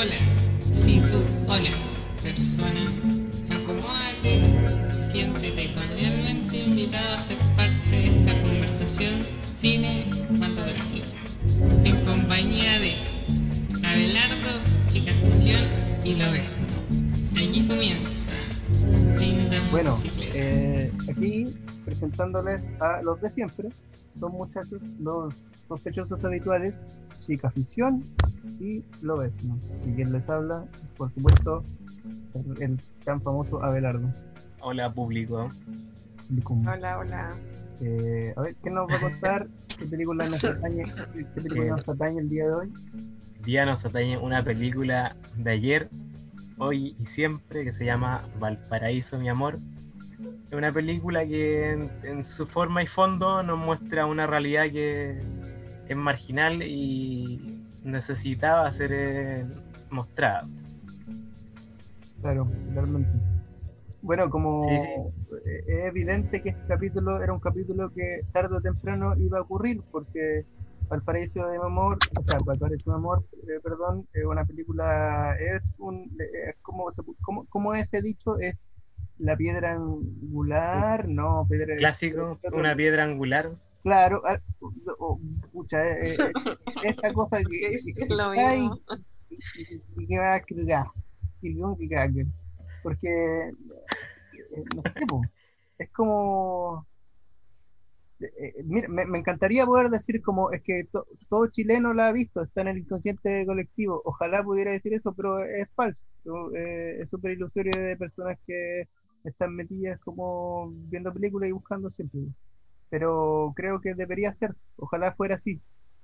Hola, si tú, hola, persona, acomódate, siéntete cordialmente invitado a ser parte de esta conversación cinematográfica, en compañía de Abelardo, Chicafisión y Lobesno. Aquí comienza Linda Bueno, Motocicleta. aquí presentándoles a los de siempre, son muchachos, los sospechosos habituales, Chica Ficción y Lobezno. Y quien les habla, por supuesto, el tan famoso Abelardo. Hola público. Licum. Hola, hola. A ver, ¿qué nos va a contar? ¿Qué película nos atañe, qué película El nos atañe el día de hoy? día nos atañe una película de ayer, hoy y siempre que se llama Valparaíso, mi amor. Es una película que en su forma y fondo nos muestra una realidad que es marginal y necesitaba ser mostrada. Claro, totalmente. Bueno, Sí, sí. como es evidente que este capítulo era un capítulo que tarde o temprano iba a ocurrir, porque Valparaíso de mi amor, o sea, Valparaíso de mi amor, perdón, una película es como ese dicho, es la piedra Un angular, no, piedra, clásico, otro- una piedra angular. claro, pucha, esa cosa Es que lo está y, mismo. y que va a cagar, que cague, porque no sé, po. Es como, mira, me encantaría poder decir como, es que todo chileno la ha visto, está en el inconsciente colectivo, ojalá pudiera decir eso, pero es falso. Es súper ilusorio de personas que están metidas como viendo películas y buscando siempre, pero creo que debería ser, ojalá fuera así,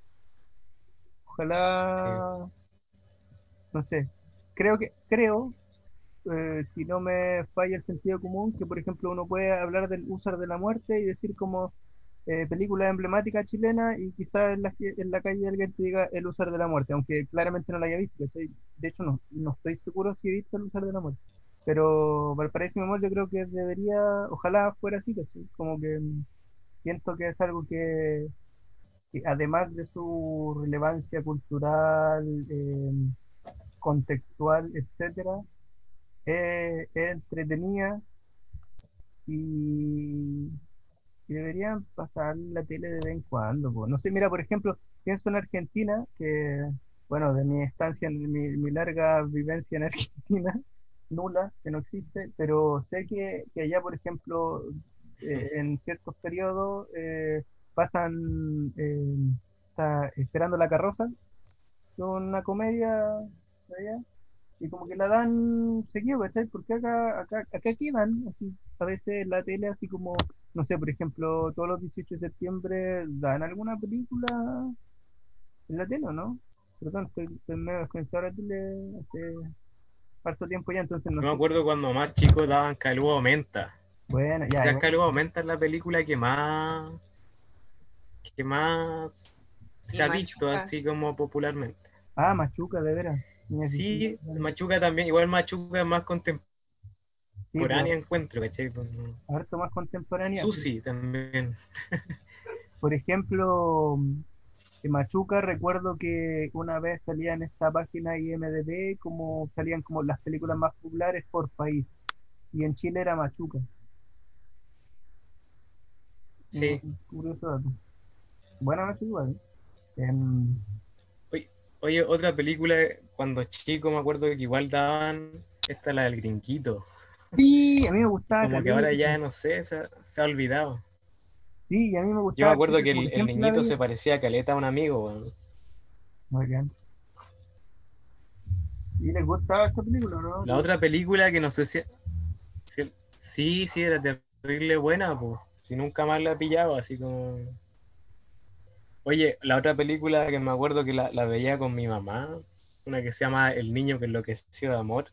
Sí. ojalá, no sé, creo, si no me falla el sentido común, que por ejemplo uno puede hablar del usar de la muerte y decir como película emblemática chilena y quizás en la calle alguien te diga El Usar de la Muerte, aunque claramente no la haya visto, ¿cachai? De hecho, no estoy seguro si he visto El Usar de la Muerte, pero Valparaíso mi amor yo creo que debería, ojalá fuera así, ¿cachai? Como que siento que es algo que además de su relevancia cultural, contextual, etcétera, es entretenida y y deberían pasar la tele de vez en cuando, po. No sé, mira, por ejemplo, pienso en Argentina, que, bueno, de mi estancia, mi larga vivencia en Argentina, nula, que no existe, pero sé que allá, por ejemplo, en ciertos periodos pasan Esperando la carroza, que es una comedia de allá, y como que la dan seguido, ¿cachai? Porque acá quedan, así, a veces la tele, así como, no sé, por ejemplo, todos los 18 de septiembre dan alguna película en la tele, ¿o no? Perdón, estoy medio desconectado de la tele hace harto tiempo ya, entonces no Yo me sé. acuerdo cuando más chicos daban Calúa Aumenta. Bueno, ya, Quizás igual. Calúa Aumenta es la película que más Y se ha visto Machuca. así como popularmente. Ah, Machuca, de veras. Niña Sicilia, Sí, vale. Machuca también, igual Machuca es más Sí, pues, contemporánea encuentro, ¿cachai? Pues, no. harto más contemporánea. Susi también. Por ejemplo, Machuca, recuerdo que una vez salía en esta página IMDb, como salían como las películas más populares por país, y en Chile era Machuca. Sí. Curioso dato. Buena Machuca igual. Em, Oye, oye, otra película, cuando chico me acuerdo que igual daban, esta la del Grinquito. sí, a mí me gustaba Como que ahora caleta. ya no sé, se ha olvidado. Sí, y a mí me Yo me gustaba acuerdo caleta, que como que el siempre la niñito veía. se parecía a Caleta a un amigo, weón. Muy bien. ¿Y les gustaba esta película, no? La otra película que no sé sí, sí, era terrible buena, pues. Si nunca más la he pillado, así como. Oye, la otra película que me acuerdo que la veía con mi mamá, una que se llama El niño que enloqueció de amor,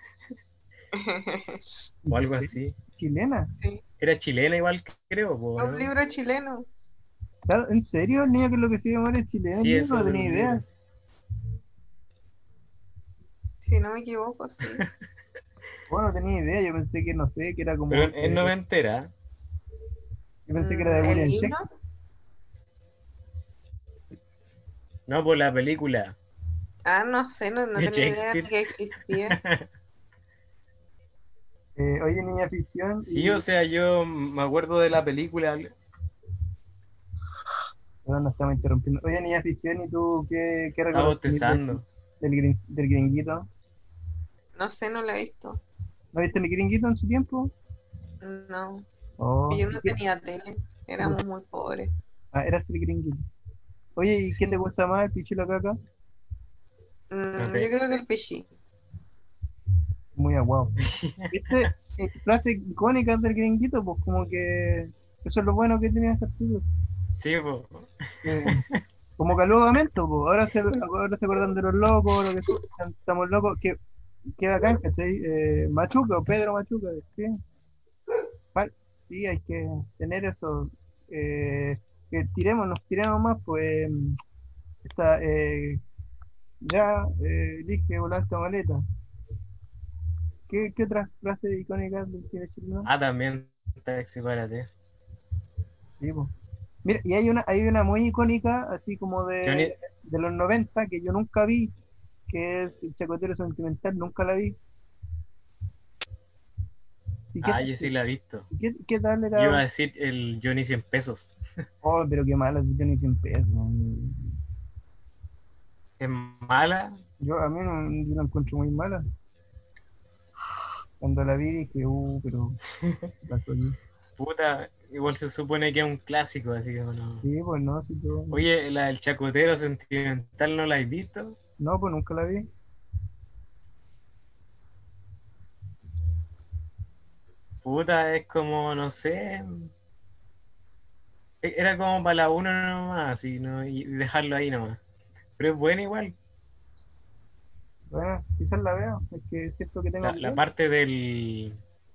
o algo ¿Sí? así. ¿Chilena? Sí. Era chilena igual, creo, po, Un ¿no? libro chileno. Claro, ¿en serio? ¿El niño que es lo que se llama es chileno? Sí, Yo no eso de tenía un idea. libro. Si no me equivoco, sí. Bueno, no tenía idea. Yo pensé que, no sé, que era Pero como es noventera. yo pensé que era de ¿El William libro? Shakespeare. No, por la película. Ah, no sé, no de tenía idea de Shakespeare. que existía. Oye, niña ficción, Sí, o y sea, yo me acuerdo de la película. perdón, nos estamos interrumpiendo. Oye, niña ficción, ¿y tú qué Estaba recuerdas tenés bostezando. del gringuito? No sé, no la he visto. ¿No viste el gringuito en su tiempo? No, Oh, yo ¿y no qué? tenía tele, éramos muy pobres. Ah, eras el gringuito. Oye, ¿y qué te Sí, gusta más, el pichilo la caca? No yo te... creo que el Pichi. Muy aguado. ¿Viste? Sí, Frases icónicas del gringuito, pues como que eso es lo bueno que tenía este artículo. Sí, po. Como calugamiento, pues ahora se acuerdan de los locos, lo que estamos locos, que bacán, ¿cachai? Machuca, o Pedro Machuca, ¿sí? Vale, sí, hay que tener eso. Que nos tiremos más, pues está, ya dije volante maleta. ¿Qué otras frases icónicas del cine chileno? Ah, también Taxi para ti. Sí, pues. Mira, y hay una muy icónica, así como Johnny... de los 90 que yo nunca vi, que es El Chacotero Sentimental, nunca la vi. ¿Y qué Ah, tal? yo sí la he visto. ¿Qué tal Yo era? iba a decir el Johnny 100 pesos. Oh, pero qué mala, yo ni siempre eso. Es mala. A mí no, yo la encuentro muy mala. Cuando la vi dije, pero la soy. Puta, igual se supone que es un clásico, así que no. Sí, pues no, sí, Oye, la del chacotero sentimental, ¿no la has visto? no, pues nunca la vi. Puta, es como, no sé. Era como para la uno nomás, así, ¿no? Y dejarlo ahí nomás. Pero es buena igual. Bueno, quizás la veo, es que siento que tengo La, que la ver. parte del.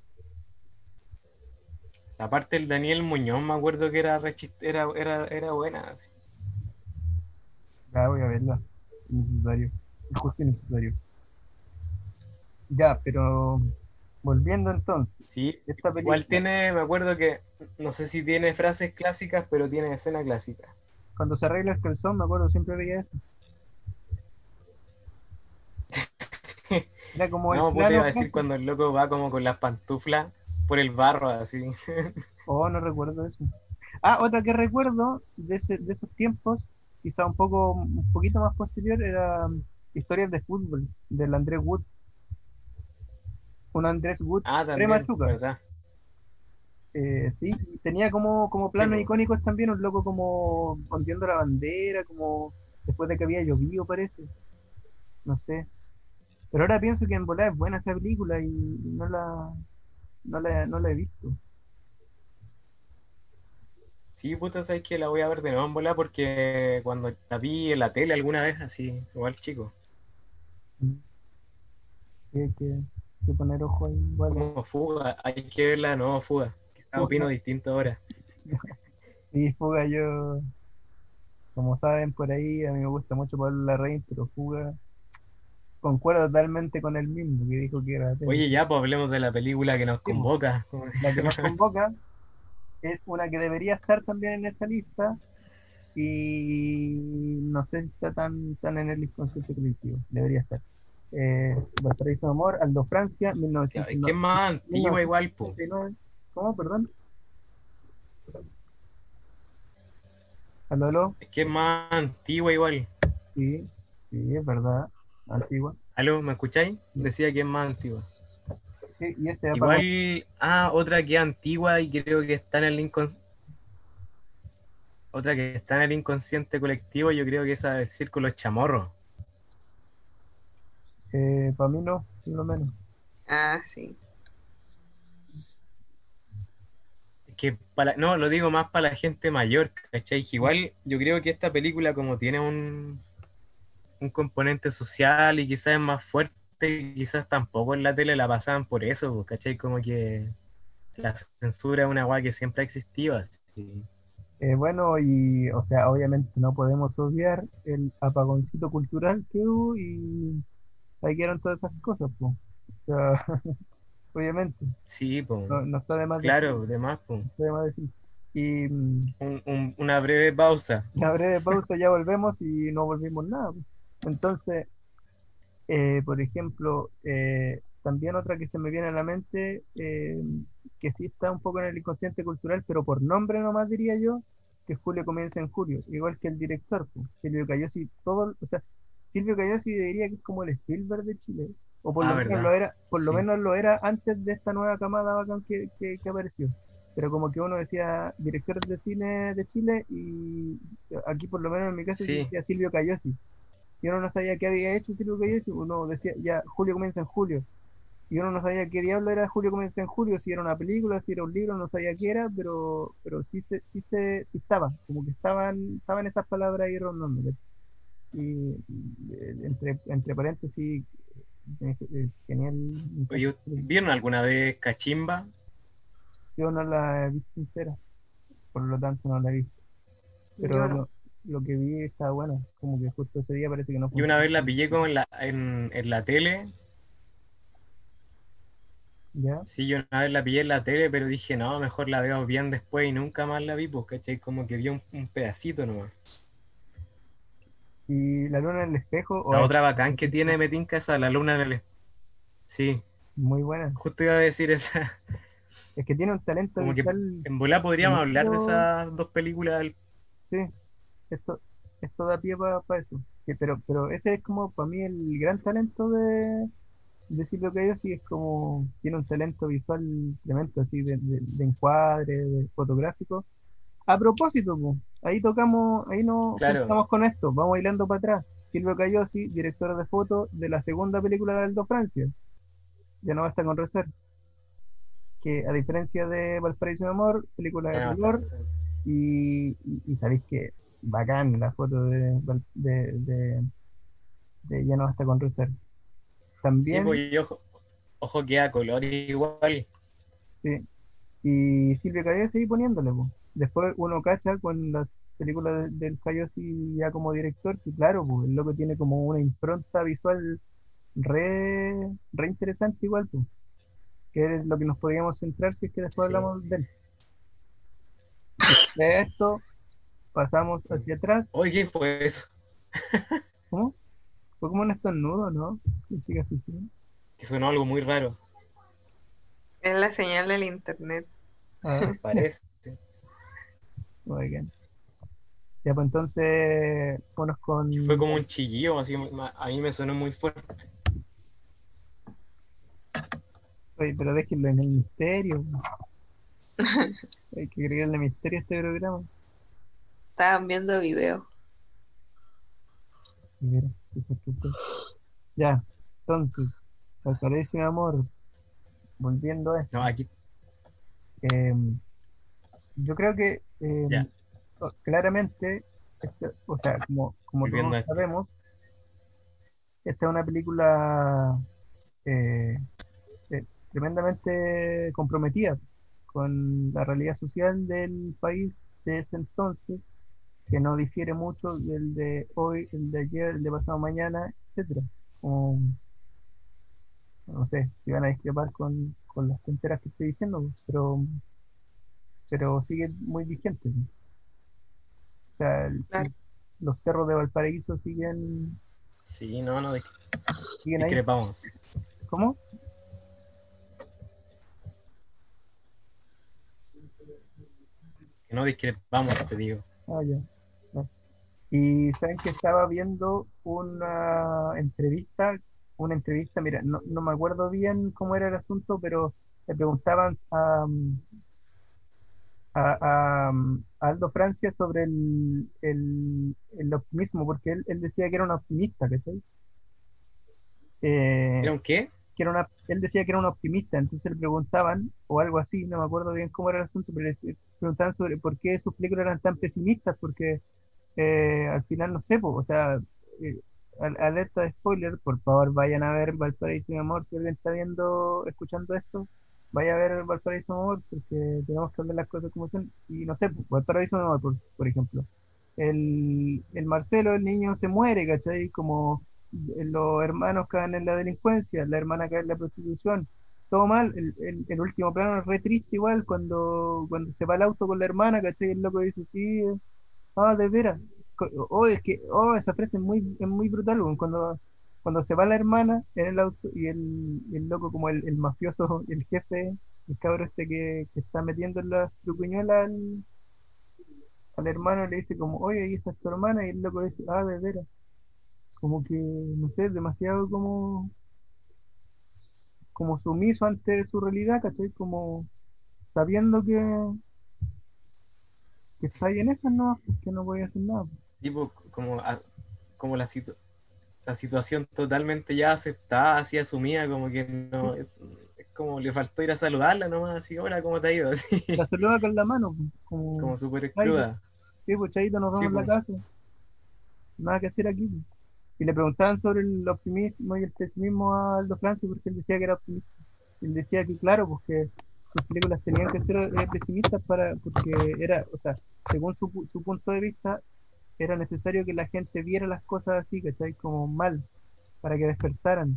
La parte del Daniel Muñoz, me acuerdo que era buena, así. Ya voy a verla. Innecesario. Es justo innecesario. Ya, pero volviendo entonces, Sí, esta igual película, tiene, me acuerdo que, no sé si tiene frases clásicas, pero tiene escena clásica. cuando se arregla el calzón, me acuerdo, siempre veía eso. Era como el No, puta, iba plano a decir clásico. cuando el loco va como con las pantuflas por el barro, así. Oh, no recuerdo eso. Ah, otra que recuerdo de esos tiempos, quizá un poquito más posterior, era Historias de fútbol, del Andrés Wood. Un Andrés Wood Ah, también, pre-Machuca. ¿verdad? Sí, y tenía como Sí, planos po. icónicos también, un loco como ondeando la bandera, como después de que había llovido, parece. No sé. Pero ahora pienso que en volar es buena esa película y no la he visto. Sí, puta, sabes que la voy a ver de nuevo en bola porque cuando la vi en la tele alguna vez, así, igual chico, Mm. Hay que poner ojo ahí, igual. como Fuga, hay que verla de nuevo, Fuga. Quizás opino Fuga. distinto ahora. Sí, Fuga, como saben por ahí, a mí me gusta mucho Pablo Larraín, pero Fuga, concuerdo totalmente con él mismo, que dijo que era Oye, tétrico. ya, pues hablemos de la película que nos Sí, pues, convoca. la que nos convoca es una que debería estar también en esa lista y no sé si está tan en el inconsciente colectivo, debería estar. Valparaíso de Amor, Aldo Francia, Es que es más antigua igual, pues. 1989. ¿Cómo? Perdón. ¿Aló, aló? Es que es más antigua igual. Sí, sí, es verdad, antigua. ¿Aló? ¿Me escucháis? Sí, Decía que es más antigua. sí, y este apagón. Igual, otra que es antigua y creo que está en el otra que está en el inconsciente colectivo, yo creo que esa es el Círculo Chamorro. Para mí no, por lo menos. Ah, sí. Que no, lo digo más para la gente mayor, ¿cachai? Que igual yo creo que esta película como tiene un componente social y quizás es más fuerte, quizás tampoco en la tele la pasaban por eso, pues, ¿cachai? Como que la censura es una guay que siempre ha existido. Así. Bueno, y o sea, obviamente no podemos obviar el apagoncito cultural que hubo y ahí quedaron todas esas cosas, pues. O sea, obviamente, Sí, pues, no está de más decir, claro, además, pues, no está de más decir. Y una breve pausa. la breve pausa ya volvemos y no volvimos nada, pues. Entonces, Por ejemplo, también otra que se me viene a la mente, que sí está un poco en el inconsciente cultural, pero por nombre nomás diría yo, que Julio comienza en julio, igual que el director, pues, Silvio Cayosi, todo, o sea, Silvio Cayosi diría que es como el Spielberg de Chile, o por lo Ah, menos ¿verdad? lo era, por lo Sí. menos lo era antes de esta nueva camada bacán que apareció. Pero como que uno decía director de cine de Chile y aquí por lo menos en mi caso se Sí, decía Silvio Cayosi. Y uno no sabía qué había hecho Silvio Cayosi, uno decía, ya, Julio comienza en julio. Y uno no sabía qué diablo era Julio comienza en julio, si era una película, si era un libro, no sabía qué era, pero sí estaba, como que estaban esas palabras ahí rondando. ¿Cachai? Y entre paréntesis, genial. oye, ¿vieron alguna vez Cachimba? Yo no la he visto entera, por lo tanto no la he visto. Yo Pero no. lo que vi estaba bueno, como que justo ese día parece que no Yo una funcionó. vez la pillé como en la tele. ¿Ya? Sí, yo una vez la pillé en la tele, pero dije, no, mejor la veo bien después y nunca más la vi, pues, ¿cachai? Como que vi un pedacito nomás. Y La luna en el espejo, o La es otra bacán que tiene Metinca esa, la luna en el... Sí, muy buena. justo iba a decir esa. Es que tiene un talento Como que visual en volá podríamos hablar de tremendo. esas dos películas. Sí, esto, esto da pie para eso. Pero ese es como para mí el gran talento de Silvio Cayosi, es como tiene un talento visual tremendo, así de encuadre, de fotográfico. A propósito, po, ahí tocamos, ahí nos Claro, juntamos con esto, vamos bailando para atrás. Silvio Cayosi, director de foto de la segunda película de Aldo Francia, Ya no basta con rezar, que a diferencia de Valparaíso de Amor, película de ya basta. color, y sabéis que bacán la foto de Ya no basta con rezar. Sí, También, pues y ojo que a color igual. sí, y Silvio Cayo seguí poniéndole, po. Después uno cacha con las películas del Cayosi ya como director, que claro, pues, el loco tiene como una impronta visual re interesante igual, pues, que es lo que nos podríamos centrar si es que después Sí. hablamos de él. De esto pasamos hacia atrás. Oye, ¿qué fue eso? ¿Cómo? Fue como un estornudo, ¿no? Sí, chicas, sí, sí. Que sonó algo muy raro, Es la señal del internet. Ah, parece. muy bien. Ya, pues entonces, vámonos Que fue con... como un chillido, así, a mí me sonó muy fuerte. Oye, pero déjenlo en el misterio. Hay que agregarle misterio a este programa. Estaban viendo video. Mira, qué sorpresa. Ya, entonces, Valparaíso mi amor, volviendo a No, esto. aquí, eh, yo creo que ya, claramente, o sea, como volviendo todos a esto. sabemos, esta es una película eh, tremendamente comprometida con la realidad social del país de ese entonces, que no difiere mucho del de hoy, el de ayer, el de pasado mañana, etcétera. Como, no sé si van a discrepar con las tonteras que estoy diciendo, pues, pero sigue muy vigente, pues. O sea, Claro. los cerros de Valparaíso Sí, no, no, siguen ahí. discrepamos. ¿Cómo? Que no discrepamos, te digo. Ah, ya. Ya. Y saben que estaba viendo una entrevista, mira, no me acuerdo bien cómo era el asunto, pero le preguntaban a Aldo Francia sobre el optimismo, porque él decía que era un optimista, ¿cachai? ¿Era Eh, un qué? él decía que era un optimista, entonces le preguntaban, o algo así, no me acuerdo bien cómo era el asunto, pero le preguntaban sobre por qué sus películas eran tan pesimistas, porque al final no sé, po, o sea, eh, alerta de spoiler, por favor vayan a ver Valparaíso mi amor, si alguien está escuchando esto, vaya a ver Valparaíso mi amor, porque tenemos que hablar las cosas como son, y no sé, po, Valparaíso mi amor, por ejemplo, el Marcelo, el niño se muere, ¿cachai? Como los hermanos caen en la delincuencia, la hermana cae en la prostitución, todo mal, el último plano es re triste igual, cuando se va el auto con la hermana, ¿cachai? El loco dice, sí, de veras. Oh, es que esa frase es muy brutal, weón, cuando cuando se va la hermana en el auto y el loco como el mafioso, el jefe, el cabro este que está metiendo las trucuñuelas al hermano le dice como, oye, ¿y esa es tu hermana? Y el loco dice, ah, de veras. Como que, no sé, demasiado como sumiso ante su realidad, ¿cachai? Como sabiendo que está ahí en esas, no, pues que no voy a hacer nada. Sí, pues, como la situación totalmente ya aceptada, así asumida, como que no, es como le faltó ir a saludarla nomás, así, hola, ¿cómo te ha ido? Así, La saluda con la mano, pues, como, como súper Chaito, cruda. sí, pues Chaito, nos Sí, vemos en la pues, casa, nada que hacer aquí, pues. Y le preguntaban sobre el optimismo y el pesimismo a Aldo Francis porque él decía que era optimista. Él decía que, claro, pues que sus películas tenían que ser pesimistas porque era, o sea, según su punto de vista, era necesario que la gente viera las cosas así, ¿cachai? Como mal, para que despertaran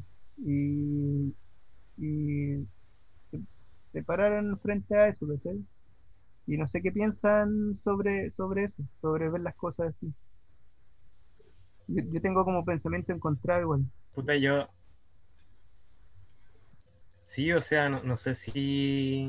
y se, se pararan frente a eso, ¿cachai? Y no sé qué piensan sobre eso, sobre ver las cosas así. Yo tengo como pensamiento encontrado igual. puta, yo, sí, o sea, no sé si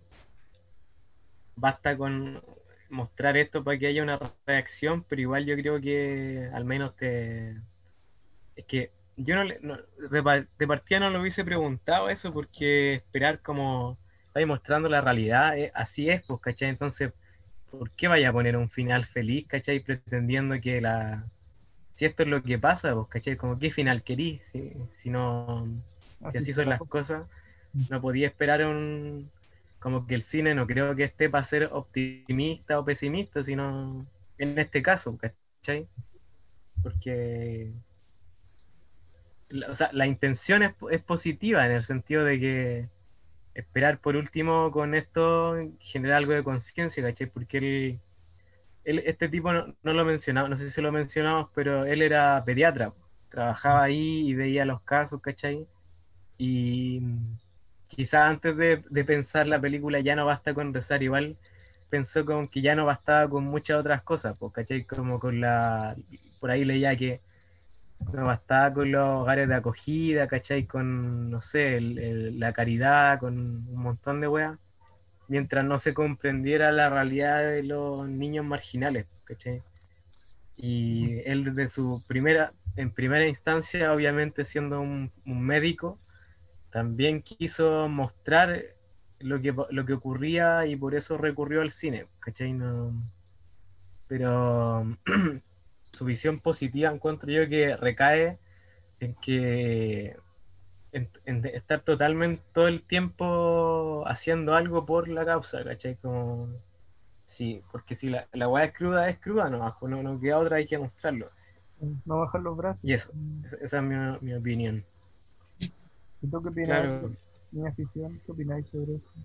basta con mostrar esto para que haya una reacción, pero igual yo creo que al menos te... Es que yo de partida no lo hubiese preguntado eso porque esperar como estáis mostrando la realidad, así es, pues, ¿cachai? Entonces, ¿por qué vaya a poner un final feliz, ¿cachai? Pretendiendo que si esto es lo que pasa, pues, ¿cachai? Como qué final querís, si no, si Así así está son la las cosa. cosas, no podía esperar como que el cine no creo que esté para ser optimista o pesimista, sino en este caso, ¿cachai? Porque o sea, la intención es positiva en el sentido de que esperar por último con esto genera algo de conciencia, ¿cachai? Porque este tipo no lo mencionaba, no sé si lo mencionamos, pero él era pediatra, trabajaba ahí y veía los casos, ¿cachai? Y quizás antes de pensar la película ya no basta con rezar, igual pensó con que ya no bastaba con muchas otras cosas, pues, ¿cachai? Como por ahí leía que no bastaba con los hogares de acogida, ¿cachai? Con, no sé, la caridad, con un montón de weas, mientras no se comprendiera la realidad de los niños marginales, ¿cachai? Y él desde en primera instancia, obviamente siendo un médico, también quiso mostrar lo que ocurría y por eso recurrió al cine, ¿cachai? No, pero su visión positiva encuentro yo que recae en que en estar totalmente todo el tiempo haciendo algo por la causa, ¿cachai? Como, sí, porque si la weá es cruda, no queda otra, hay que mostrarlo. No bajar los brazos. Y eso, esa es mi opinión. ¿Y tú qué opinas, Claro, mi afición? ¿Qué opináis sobre eso?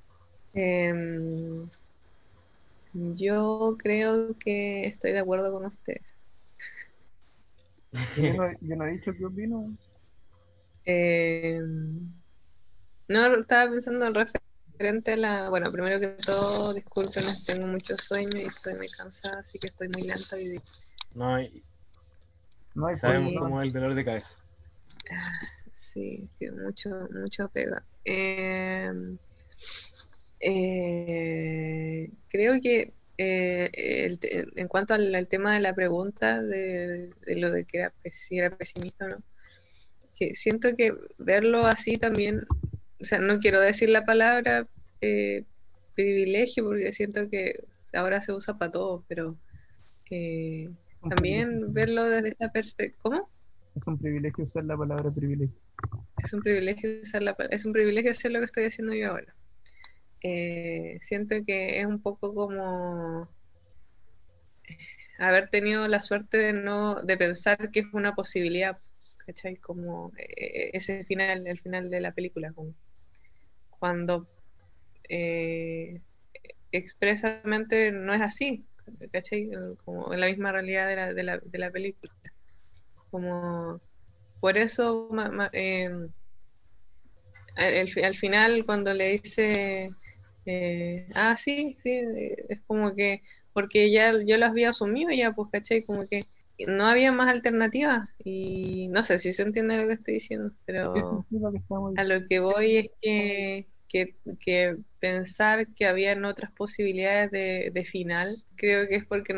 Em, yo creo que estoy de acuerdo con usted. Pero yo no he dicho qué opino. Em, no, estaba pensando en referente a la... Bueno, primero que todo, disculpen, tengo mucho sueño y estoy muy cansada, así que estoy muy lenta hoy día. no, y No hay por sabemos Y no. cómo es el dolor de cabeza. sí, sí, mucho, mucho pega. Creo que en cuanto al tema de la pregunta de lo de que era, si era pesimista o no, que siento que verlo así también, o sea, no quiero decir la palabra eh, privilegio porque siento que ahora se usa para todo, pero eh, Un privilegio. también verlo desde esta perspectiva. ¿Cómo? Es un privilegio usar la palabra privilegio. Es un privilegio usar es un privilegio hacer lo que estoy haciendo yo ahora. Siento que es un poco como haber tenido la suerte de pensar que es una posibilidad, ¿cachai? Como ese final, el final de la película, como cuando eh, expresamente no es así, ¿cachai? Como en la misma realidad de la película. Como por eso al final cuando le dice, sí, sí, es como que, porque ya yo las había asumido ya, pues, ¿cachai? Como que no había más alternativas. Y no sé si se entiende lo que estoy diciendo, Sí, sí, pero sí, lo que estamos a diciendo. lo que voy es que pensar que habían otras posibilidades de final, creo que es porque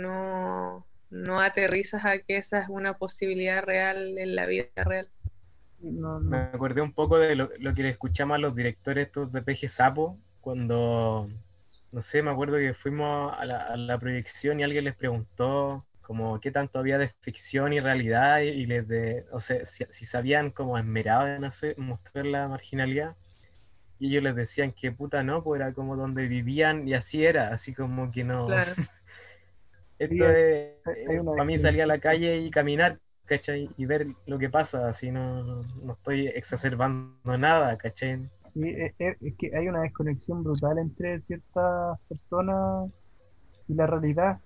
no aterrizas a que esa es una posibilidad real en la vida real. No, Me no. acordé un poco de lo que le escuchamos a los directores estos de PG Sapo, cuando, no sé, me acuerdo que fuimos a la proyección y alguien les preguntó como qué tanto había de ficción y realidad y o sea, si sabían como esmerado en mostrar la marginalidad. Y ellos les decían que puta no, pues era como donde vivían y así era, así como que no. Claro, Sí, Esto es, hay una para mí salir a desconexión. la calle y caminar, ¿cachai? Y ver lo que pasa, así no estoy exacerbando nada, ¿cachai? Sí, es que hay una desconexión brutal entre ciertas personas y la realidad.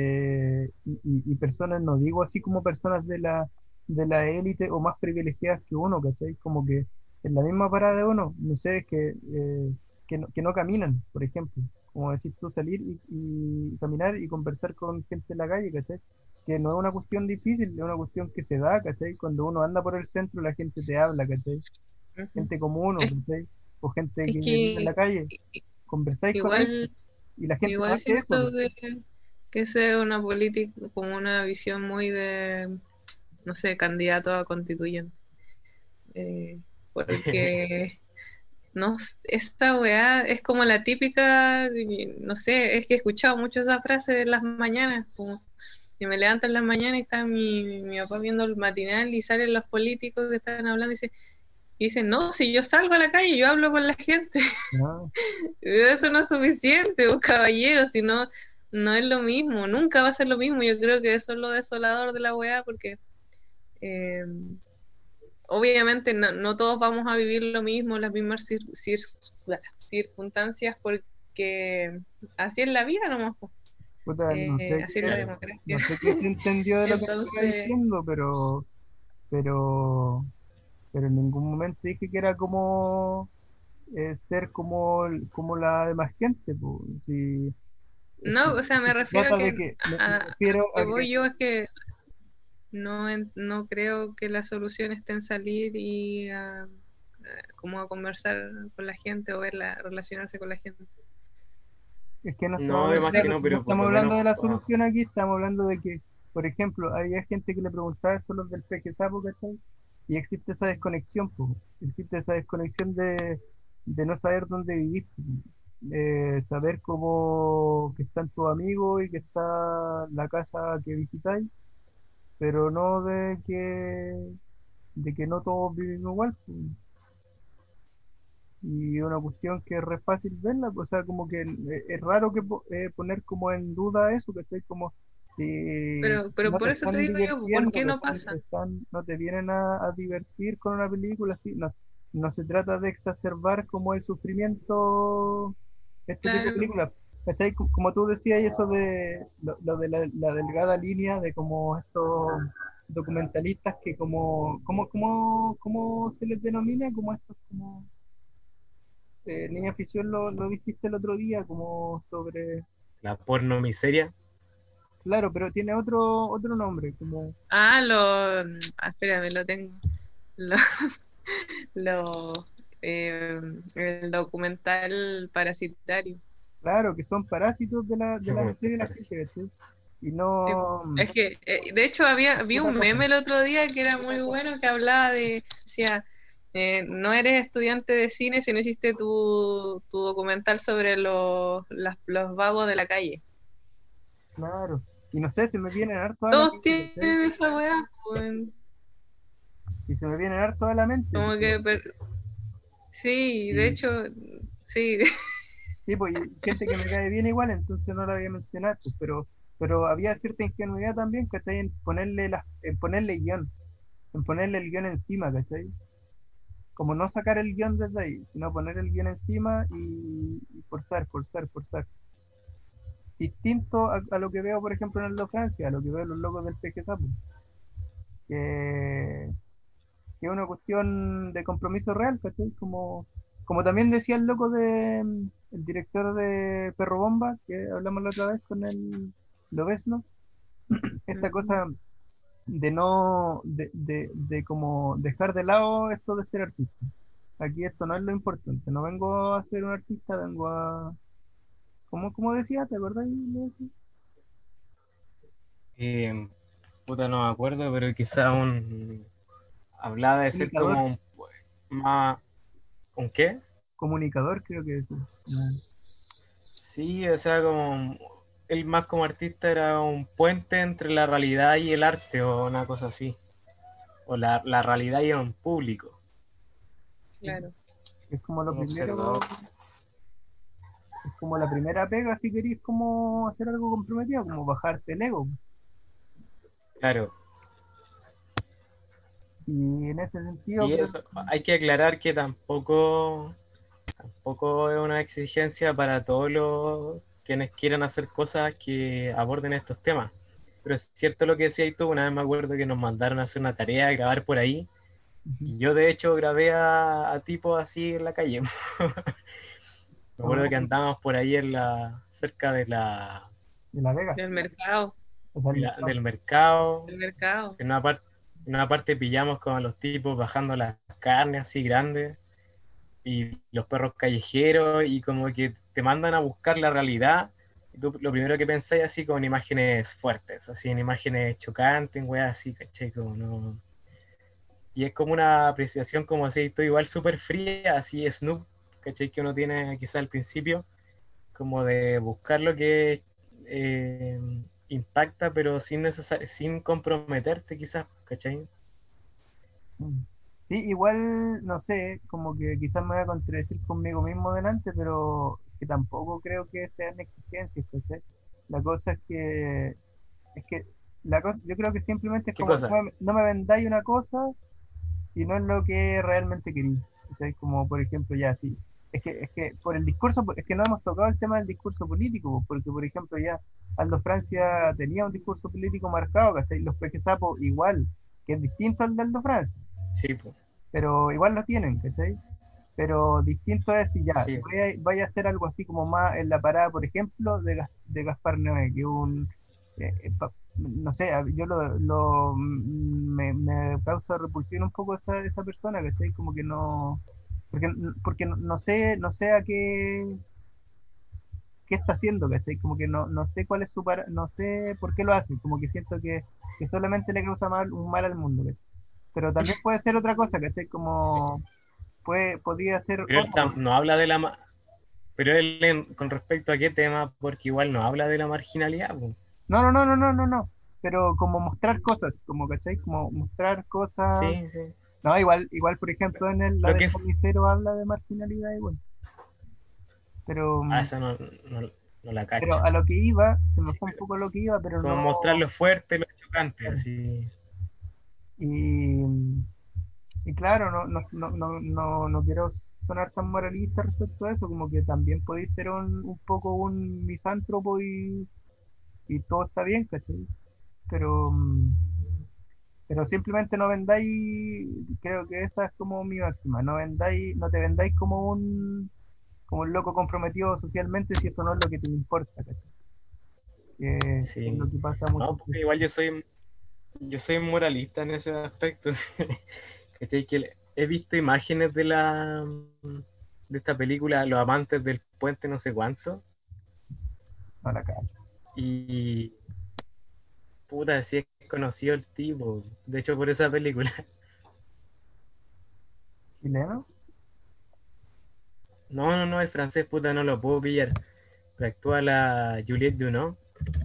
Y personas, no digo así como personas de la élite o más privilegiadas que uno, ¿cachai? Como que en la misma parada de uno, no sé, es que no caminan, por ejemplo. Como decir tú, salir y caminar y conversar con gente en la calle, ¿cachai? Que no es una cuestión difícil, es una cuestión que se da, ¿cachai? Cuando uno anda por el centro, la gente te habla, ¿cachai? ujú. Gente como uno, Es, ¿cachai? O gente es que vive en que la calle, conversáis con ellos igual, y la gente no igual hace eso, siento ¿cachai? que esa es una política, como una visión muy de, no sé, candidato a constituyente. Eh, porque no, esta weá es como la típica, no sé, es que he escuchado mucho esa frase en las mañanas, como que me levanto en las mañanas y está mi papá viendo el matinal y salen los políticos que están hablando y dicen, no, si yo salgo a la calle, yo hablo con la gente. Ah, Eso no es suficiente, caballero, si no, no es lo mismo, nunca va a ser lo mismo. Yo creo que eso es lo desolador de la weá, porque eh, obviamente no todos vamos a vivir lo mismo, las mismas circunstancias, porque así es la vida nomás, po. puta, Así es la Claro. democracia. no sé qué se entendió de lo que estaba Entonces, diciendo, pero, pero en ningún momento dije que era como ser como la demás gente, pues. Si, no, o sea, me si se refiero a trata de que que, me a refiero lo que a que, voy yo es que no creo que la solución esté en salir y como a conversar con la gente o verla, relacionarse con la gente. es que no estamos No, además hablando, que no, no pero por estamos lo hablando menos, de la solución aquí, estamos hablando de que, por ejemplo, había gente que le preguntaba eso a los del Peje Sapo, ¿cachai? Y existe esa desconexión, pues. Existe esa desconexión de no saber dónde vivir, saber cómo que están tus amigos y que está la casa que visitáis, pero no de que no todos viven igual, pues. Y una cuestión que es re fácil verla, pues, o sea, como que es raro que poner como en duda eso, que estoy como si Pero no por te eso te están digo yo, ¿por divirtiendo, qué que no pasa? no te vienen a divertir con una película así, no, no se trata de exacerbar como el sufrimiento este tipo de Claro, películas. ¿Cachai? Como tú decías, y eso de lo de la delgada línea de como estos documentalistas que ¿cómo se les denomina? Como estos como Niña Ficción lo dijiste el otro día, como sobre. la porno miseria, Claro, pero tiene otro nombre, como. espérame, lo tengo. Lo, lo, el documental parasitario. Claro, que son parásitos de la miseria de la parece. gente, ¿cachai? Y Sí, po. no. Es que, de hecho, vi Otra un cosa. meme el otro día que era muy bueno, que hablaba decía, no eres estudiante de cine si no hiciste tu documental sobre los vagos de la calle. Claro. Y no sé, se me vienen harto a la Todos mente, ¿cachai? tienen esa weá, pues, Y se me vienen harto a la mente. como que, sí, de Y, hecho, sí, sí, pues, y gente que me cae bien igual, entonces no la voy a mencionar, pues, pero había cierta ingenuidad también, ¿cachai? En ponerle guión, en ponerle el guión encima, ¿cachai? Como no sacar el guión desde ahí, sino poner el guión encima y forzar, forzar, forzar. Distinto a lo que veo, por ejemplo, en el de Francia, a lo que veo en los locos del Peje Sapo, que, que es una cuestión de compromiso real, ¿cachai? Como también decía el loco el director de Perro Bomba, que hablamos la otra vez con el Lobesno, esta cosa de como dejar de lado esto de ser artista. Aquí esto no es lo importante. No vengo a ser un artista, vengo a, ¿cómo decía? ¿Te acordás? Eh, puta, no me acuerdo, pero quizá hablaba de ser Comunicador, como más... ¿Un qué? comunicador creo que decía. Sí, o sea, como él más como artista era un puente entre la realidad y el arte o una cosa así. O la realidad y un público, Claro. Es como lo un primero, observador. es como la primera pega si queréis como hacer algo comprometido, como bajarte el ego. Claro, Y en ese sentido sí, creo eso. Hay que aclarar que tampoco es una exigencia para todos los quienes quieran hacer cosas que aborden estos temas. Pero es cierto lo que decías tú, una vez me acuerdo que nos mandaron a hacer una tarea, a grabar por ahí, ujú, y yo de hecho grabé a tipos así en la calle. Me acuerdo que andábamos por ahí cerca de La Vega, Del mercado. o sea, el mercado. del mercado. Del mercado. En una parte pillamos con los tipos bajando las carnes así grandes y los perros callejeros y como que te mandan a buscar la realidad. Y tú lo primero que pensáis así con imágenes fuertes, así en imágenes chocantes, weas así, ¿cachai? Como no... Y es como una apreciación como así, estoy igual súper fría, así Snoop, ¿cachai? Que uno tiene quizá al principio, como de buscar lo que eh, impacta, pero sin comprometerte quizás, ¿cachai? Mm. Sí, igual, no sé, como que quizás me voy a contradecir conmigo mismo delante, pero que tampoco creo que sean exigencias, ¿cachai? La cosa es que, yo creo que simplemente es ¿Qué como, cosa? no me vendáis una cosa y no es lo que realmente queréis, ¿cachai? Como, por ejemplo, ya, sí, es que por el discurso, es que no hemos tocado el tema del discurso político, porque, por ejemplo, ya Aldo Francia tenía un discurso político marcado, ¿cachai? Los Peques Sapo igual, que es distinto al de Aldo Francia, Sí, pues, pero igual lo tienen, ¿cachai? Pero distinto es si ya, sí. vaya a hacer algo así como más en la parada, por ejemplo, de Gaspar Noé, que no sé, yo me causa repulsión un poco esa persona, ¿cachai? Como que no, porque no sé a qué está haciendo, ¿cachai? Como que no sé cuál es no sé por qué lo hace, como que siento que solamente le causa un mal al mundo, ¿cachai? Pero también puede ser otra cosa, ¿cachai? Como podría ser Pero él otra cosa. no habla pero él con respecto a qué tema, porque igual no habla de la marginalidad, pues. No. Pero como mostrar cosas, como, ¿cachai? Como mostrar cosas. Sí, sí. No, igual, por ejemplo, la Lo del que carnicero habla de marginalidad igual. Pero, esa no la pero cacho. a lo que iba, se me Sí, fue un poco lo que iba, pero como no. mostrar lo fuerte, lo chocante, Claro. así. Y, y claro, no quiero sonar tan moralista respecto a eso, como que también podéis ser un poco un misántropo y todo está bien, ¿cachai? Pero, pero simplemente no vendáis, creo que esa es como mi máxima, no te vendáis como un loco comprometido socialmente si eso no es lo que te importa, ¿cachai? Que es lo Sí. que pasa muchas No, porque veces. igual yo soy moralista en ese aspecto. ¿Cachai? Que he visto imágenes de esta película, Los amantes del puente no sé cuánto, No la cacho. y puta, si es conocido el tipo, de hecho por esa película. ¿Chileno? No, es francés, puta, no lo puedo pillar. Pero actúa la Juliette Duno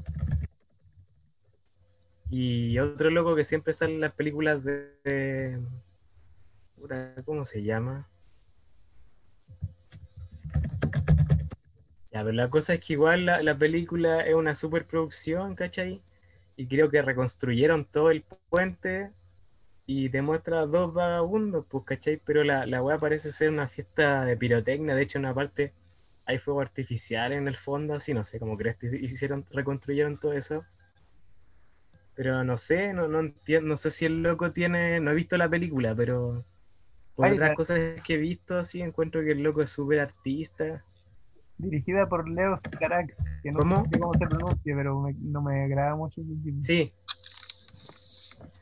y otro loco que siempre sale en las películas puta, ¿cómo se llama? Ya, pero la cosa es que igual la película es una superproducción, ¿cachai? Y creo que reconstruyeron todo el puente y te muestra dos vagabundos, pues, ¿cachai? Pero la weá parece ser una fiesta de pirotecnia, de hecho en una parte hay fuego artificial en el fondo, así, no sé cómo crees que reconstruyeron todo eso. Pero no sé, no entiendo, no sé si el loco tiene, no he visto la película, pero por Ay, otras cosas que he visto, así encuentro que el loco es súper artista. dirigida por Leo Carax, que no ¿Cómo? sé cómo se pronuncia, pero no me agrada mucho ese tipo. Sí,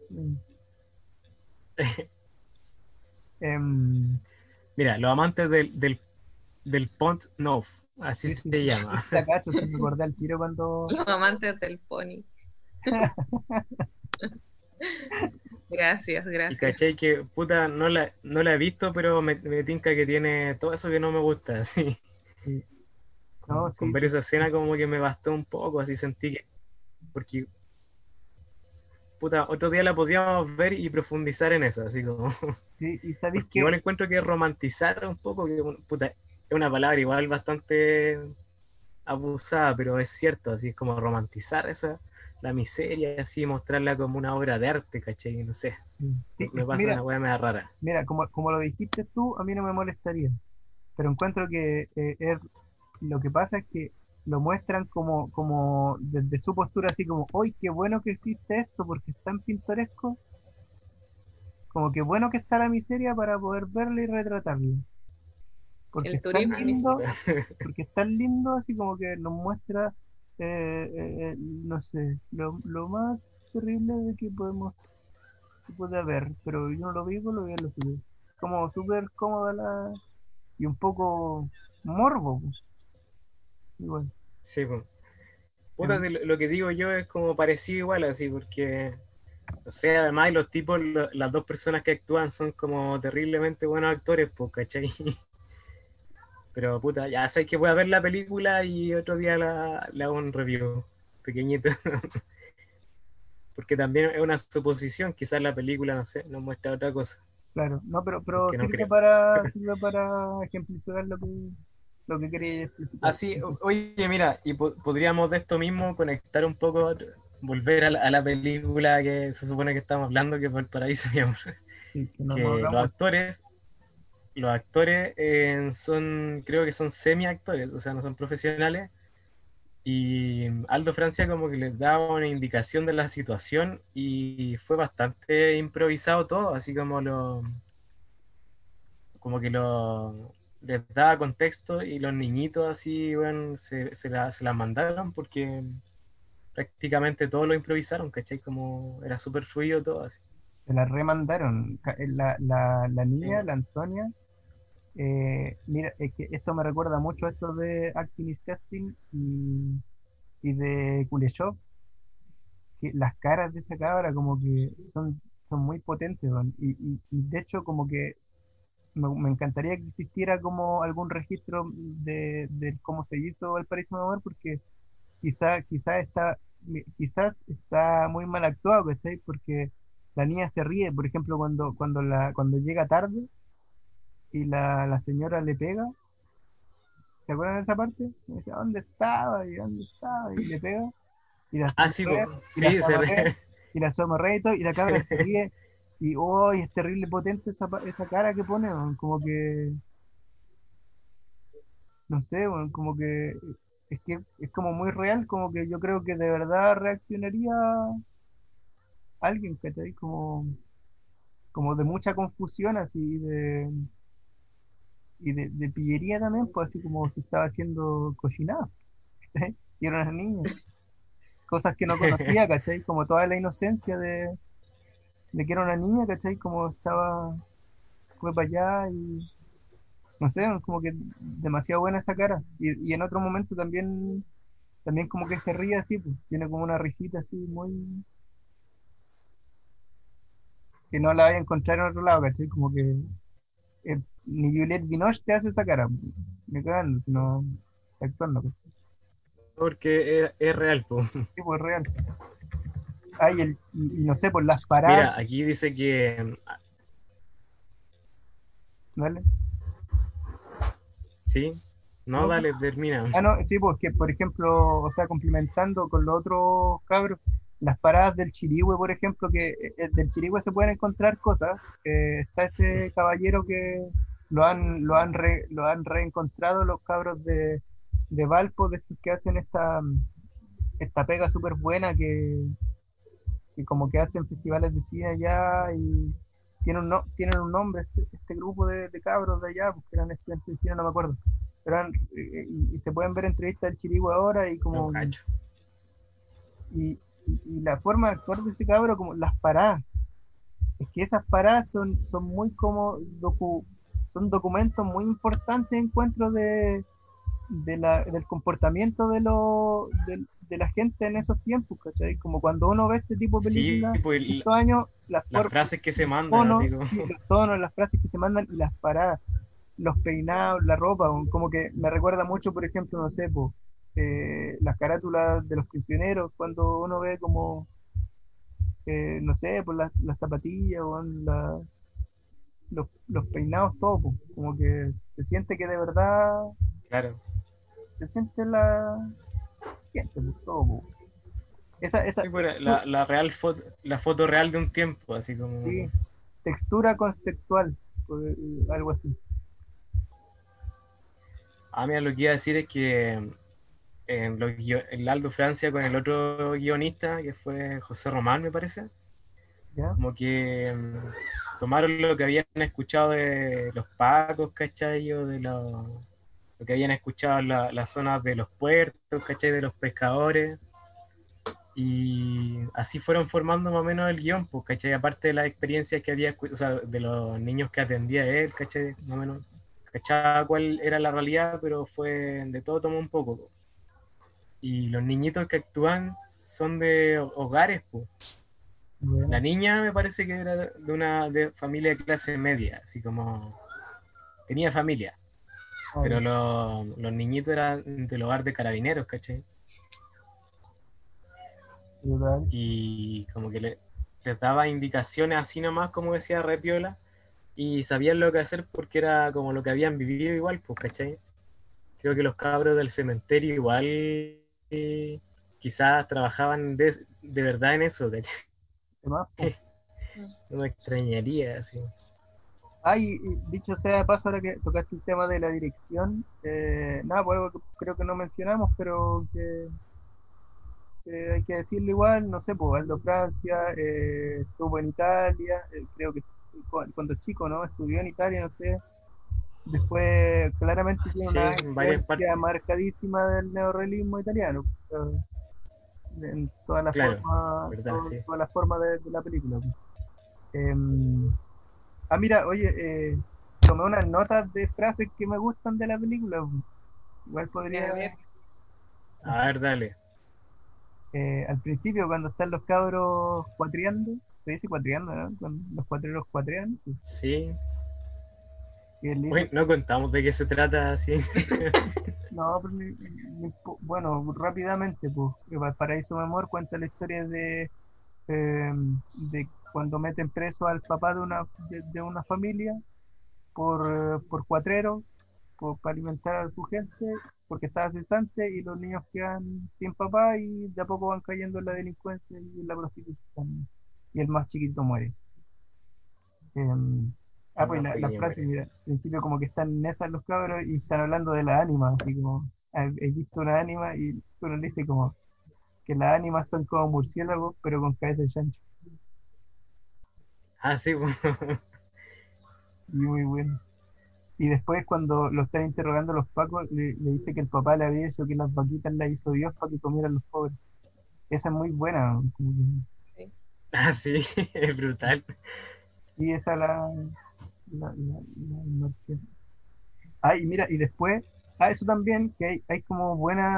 Mm. Em, Mira, los amantes del Pont Neuf, así sí, sí, se sí, llama. la cacho, sí, me acordé al tiro cuando... Los amantes del pony. Gracias, Y gracias. caché que, puta, no la he visto, pero me tinca que tiene todo eso que no me gusta, así. Sí. No, Con sí, ver sí, esa escena como que me bastó un poco, así sentí que, porque, puta, otro día la podríamos ver y profundizar en eso, así como, sí, y sabéis porque igual que, encuentro que romantizar un poco, que, puta, es una palabra igual bastante abusada, pero es cierto, así es como romantizar esa, la miseria, así mostrarla como una obra de arte, ¿cachai? No sé, sí, me es que pasa mira, una weá media rara. mira, como lo dijiste tú, a mí no me molestaría, pero encuentro que lo que pasa es que lo muestran como desde su postura, así como, ¡hoy qué bueno que existe esto! Porque es tan pintoresco, como que bueno que está la miseria para poder verla y retratarla. Porque El es tan turismo lindo, místico. porque es tan lindo, así como que nos muestra, no sé, lo más terrible de que puede haber, pero yo no lo vivo, lo veo en lo suyo. Como súper cómoda y un poco morbo, pues, igual. Sí, pues. Puta, Em, lo que digo yo es como parecido igual, así, porque, o sea, además los tipos, las dos personas que actúan son como terriblemente buenos actores, pues, ¿cachai? Pero puta, ya sabes que voy a ver la película y otro día le hago un review pequeñito, porque también es una suposición, quizás la película, no sé, nos muestra otra cosa, claro, no, pero aunque no sirve creo. para ejemplificar lo que quería explicar. Así, oye, mira, y podríamos de esto mismo conectar un poco, volver a la película que se supone que estamos hablando, que es Valparaíso, mi amor. Sí, que nos Que ahorramos. los actores son, creo que son semi-actores, o sea, no son profesionales. Y Aldo Francia como que les daba una indicación de la situación y fue bastante improvisado todo, así como que les daba contexto y los niñitos así, bueno, se la mandaron porque prácticamente todo lo improvisaron, ¿cachai? Como era súper fluido todo así. Se la remandaron. La Sí, niña, la Antonia, mira, es que esto me recuerda mucho a esto de Acting is Casting y de Kuleshov, que las caras de esa cabra como que son muy potentes, weón. Y de hecho como que me encantaría que existiera como algún registro de cómo se hizo el Paraíso de Amor, porque quizás está muy mal actuado, ¿cachai? Porque la niña se ríe, por ejemplo, cuando llega tarde y la señora le pega, ¿se acuerdan de esa parte? Me dice, ¿dónde estaba? ¿Y dónde estaba? Y le pega, y la ah, sí, sonríe, y la sí, sonríe, y la sonríe y todo, y la cabra se ríe, y oh, es terrible potente esa cara que pone, weón, como que, no sé, weón, como que es como muy real, como que yo creo que de verdad reaccionaría alguien, ¿cachai? Como de mucha confusión así de pillería también, pues así como si estaba haciendo cochinada, ¿cachai? Y era una niña, cosas que no conocía, ¿cachai? Como toda la inocencia de que era una niña, ¿cachai? Como fue para allá y no sé, como que demasiado buena esa cara. Y en otro momento también como que se ríe así, pues, tiene como una risita así muy, que no la voy a encontrar en otro lado, ¿cachai? Como que ni Juliette Binoche te hace esa cara, me cagan, no, está actuando, pues. porque es real, po. Sí, pues real. Ay, y no sé, por las paradas, Mira, aquí dice que, ¿vale? sí, no, ¿No? dale, termina. Ah, no, sí, pues que, por ejemplo, o sea, complementando con los otros cabros, las paradas del Chirihue, por ejemplo, que del Chirihue se pueden encontrar cosas. Está ese caballero que lo han reencontrado los cabros de Valpo, de estos que hacen esta pega súper buena que como que hacen festivales de cine allá y tienen un nombre, este grupo de cabros de allá, porque eran estudiantes de cine, no me acuerdo. Pero y se pueden ver entrevistas del Chirigua ahora No cacho. y la forma de actuar de este cabro, como las paradas. que esas paradas son muy como son documentos muy importantes, encuentro del comportamiento de la gente en esos tiempos, ¿cachai? Como cuando uno ve este tipo de Sí, películas, pues estos años, las frases que se mandan, tonos, así como. sí, los tonos, las frases que se mandan y las paradas, los peinados, la ropa, como que me recuerda mucho, por ejemplo, no sé, pues, las carátulas de los prisioneros, cuando uno ve como, no sé, pues las zapatillas o los peinados, todo, pues, como que se siente que de verdad, Claro. se siente siente, pues, todo, pues. Esa Sí, pues la real foto, la foto real de un tiempo, así como. sí, textura conceptual, pues, algo así. Mira, lo que iba a decir es que el Aldo Francia con el otro guionista, que fue José Román, me parece, ¿Ya? como que tomaron lo que habían escuchado de los pacos, ¿cachai? O de lo que habían escuchado en las zonas de los puertos, ¿cachai? De los pescadores. Y así fueron formando más o menos el guión, pues, ¿cachai? Aparte de las experiencias que había, o sea, de los niños que atendía él, ¿cachai? Más o menos, ¿cachai? Cuál era la realidad, pero fue de todo tomó un poco, pues. Y los niñitos que actúan son de hogares, pues. La Ya, niña me parece que era de una familia de clase media, así como tenía familia, pero ya, los niñitos eran del hogar de carabineros, ¿cachai? brutal. Y como que les daba indicaciones así nomás, como decía Repiola, y sabían lo que hacer porque era como lo que habían vivido igual, pues, ¿cachai? Creo que los cabros del cementerio igual quizás trabajaban de verdad en eso, ¿cachai? ¿Qué más, po? No me extrañaría, así. Y dicho sea de paso, ahora que tocaste el tema de la dirección, nada, pues algo que creo que no mencionamos, pero que hay que decirlo igual, no sé, pues Aldo Francia estuvo en Italia, creo que cuando chico, ¿no? Estudió en Italia, no sé. Después, claramente tiene Sí, una en varias influencia partes, marcadísima del neorrealismo italiano, en todas las claro, formas, ¿verdad? Sí. todas las formas de la película, pues. Em, Mira, oye, tomé unas notas de frases que me gustan de la película, pues. Igual podría, A ver, A ver, dale. al principio, cuando están los cabros cuatreando, se dice cuatreando, ¿no? Cuando los cuatreros cuatrean, sí. Sí. Y él dice, Bueno, no contamos de qué se trata, así. no, pero bueno, rápidamente, pues, que Valparaíso Mi Amor cuenta la historia de cuando meten preso al papá de una familia por cuatrero, para alimentar a su gente, porque estaba cesante y los niños quedan sin papá y de a poco van cayendo en la delincuencia y en la prostitución. Y el más chiquito muere. Em, El pues más la pequeño frase, muere. mira, al principio como que están en esas los cabros y están hablando de la ánima, así como, he visto una ánima y uno le dice como que las ánimas son como murciélagos, pero con cabeza de chancho. Ah, sí, pues. Y muy bueno. Y después cuando lo están interrogando los pacos, le dice que el papá le había dicho que las vaquitas las hizo Dios para que comieran los pobres. Esa es muy buena, como sí. Ah, sí, es brutal. y esa la inmersión. Y mira, y después, eso también, que hay como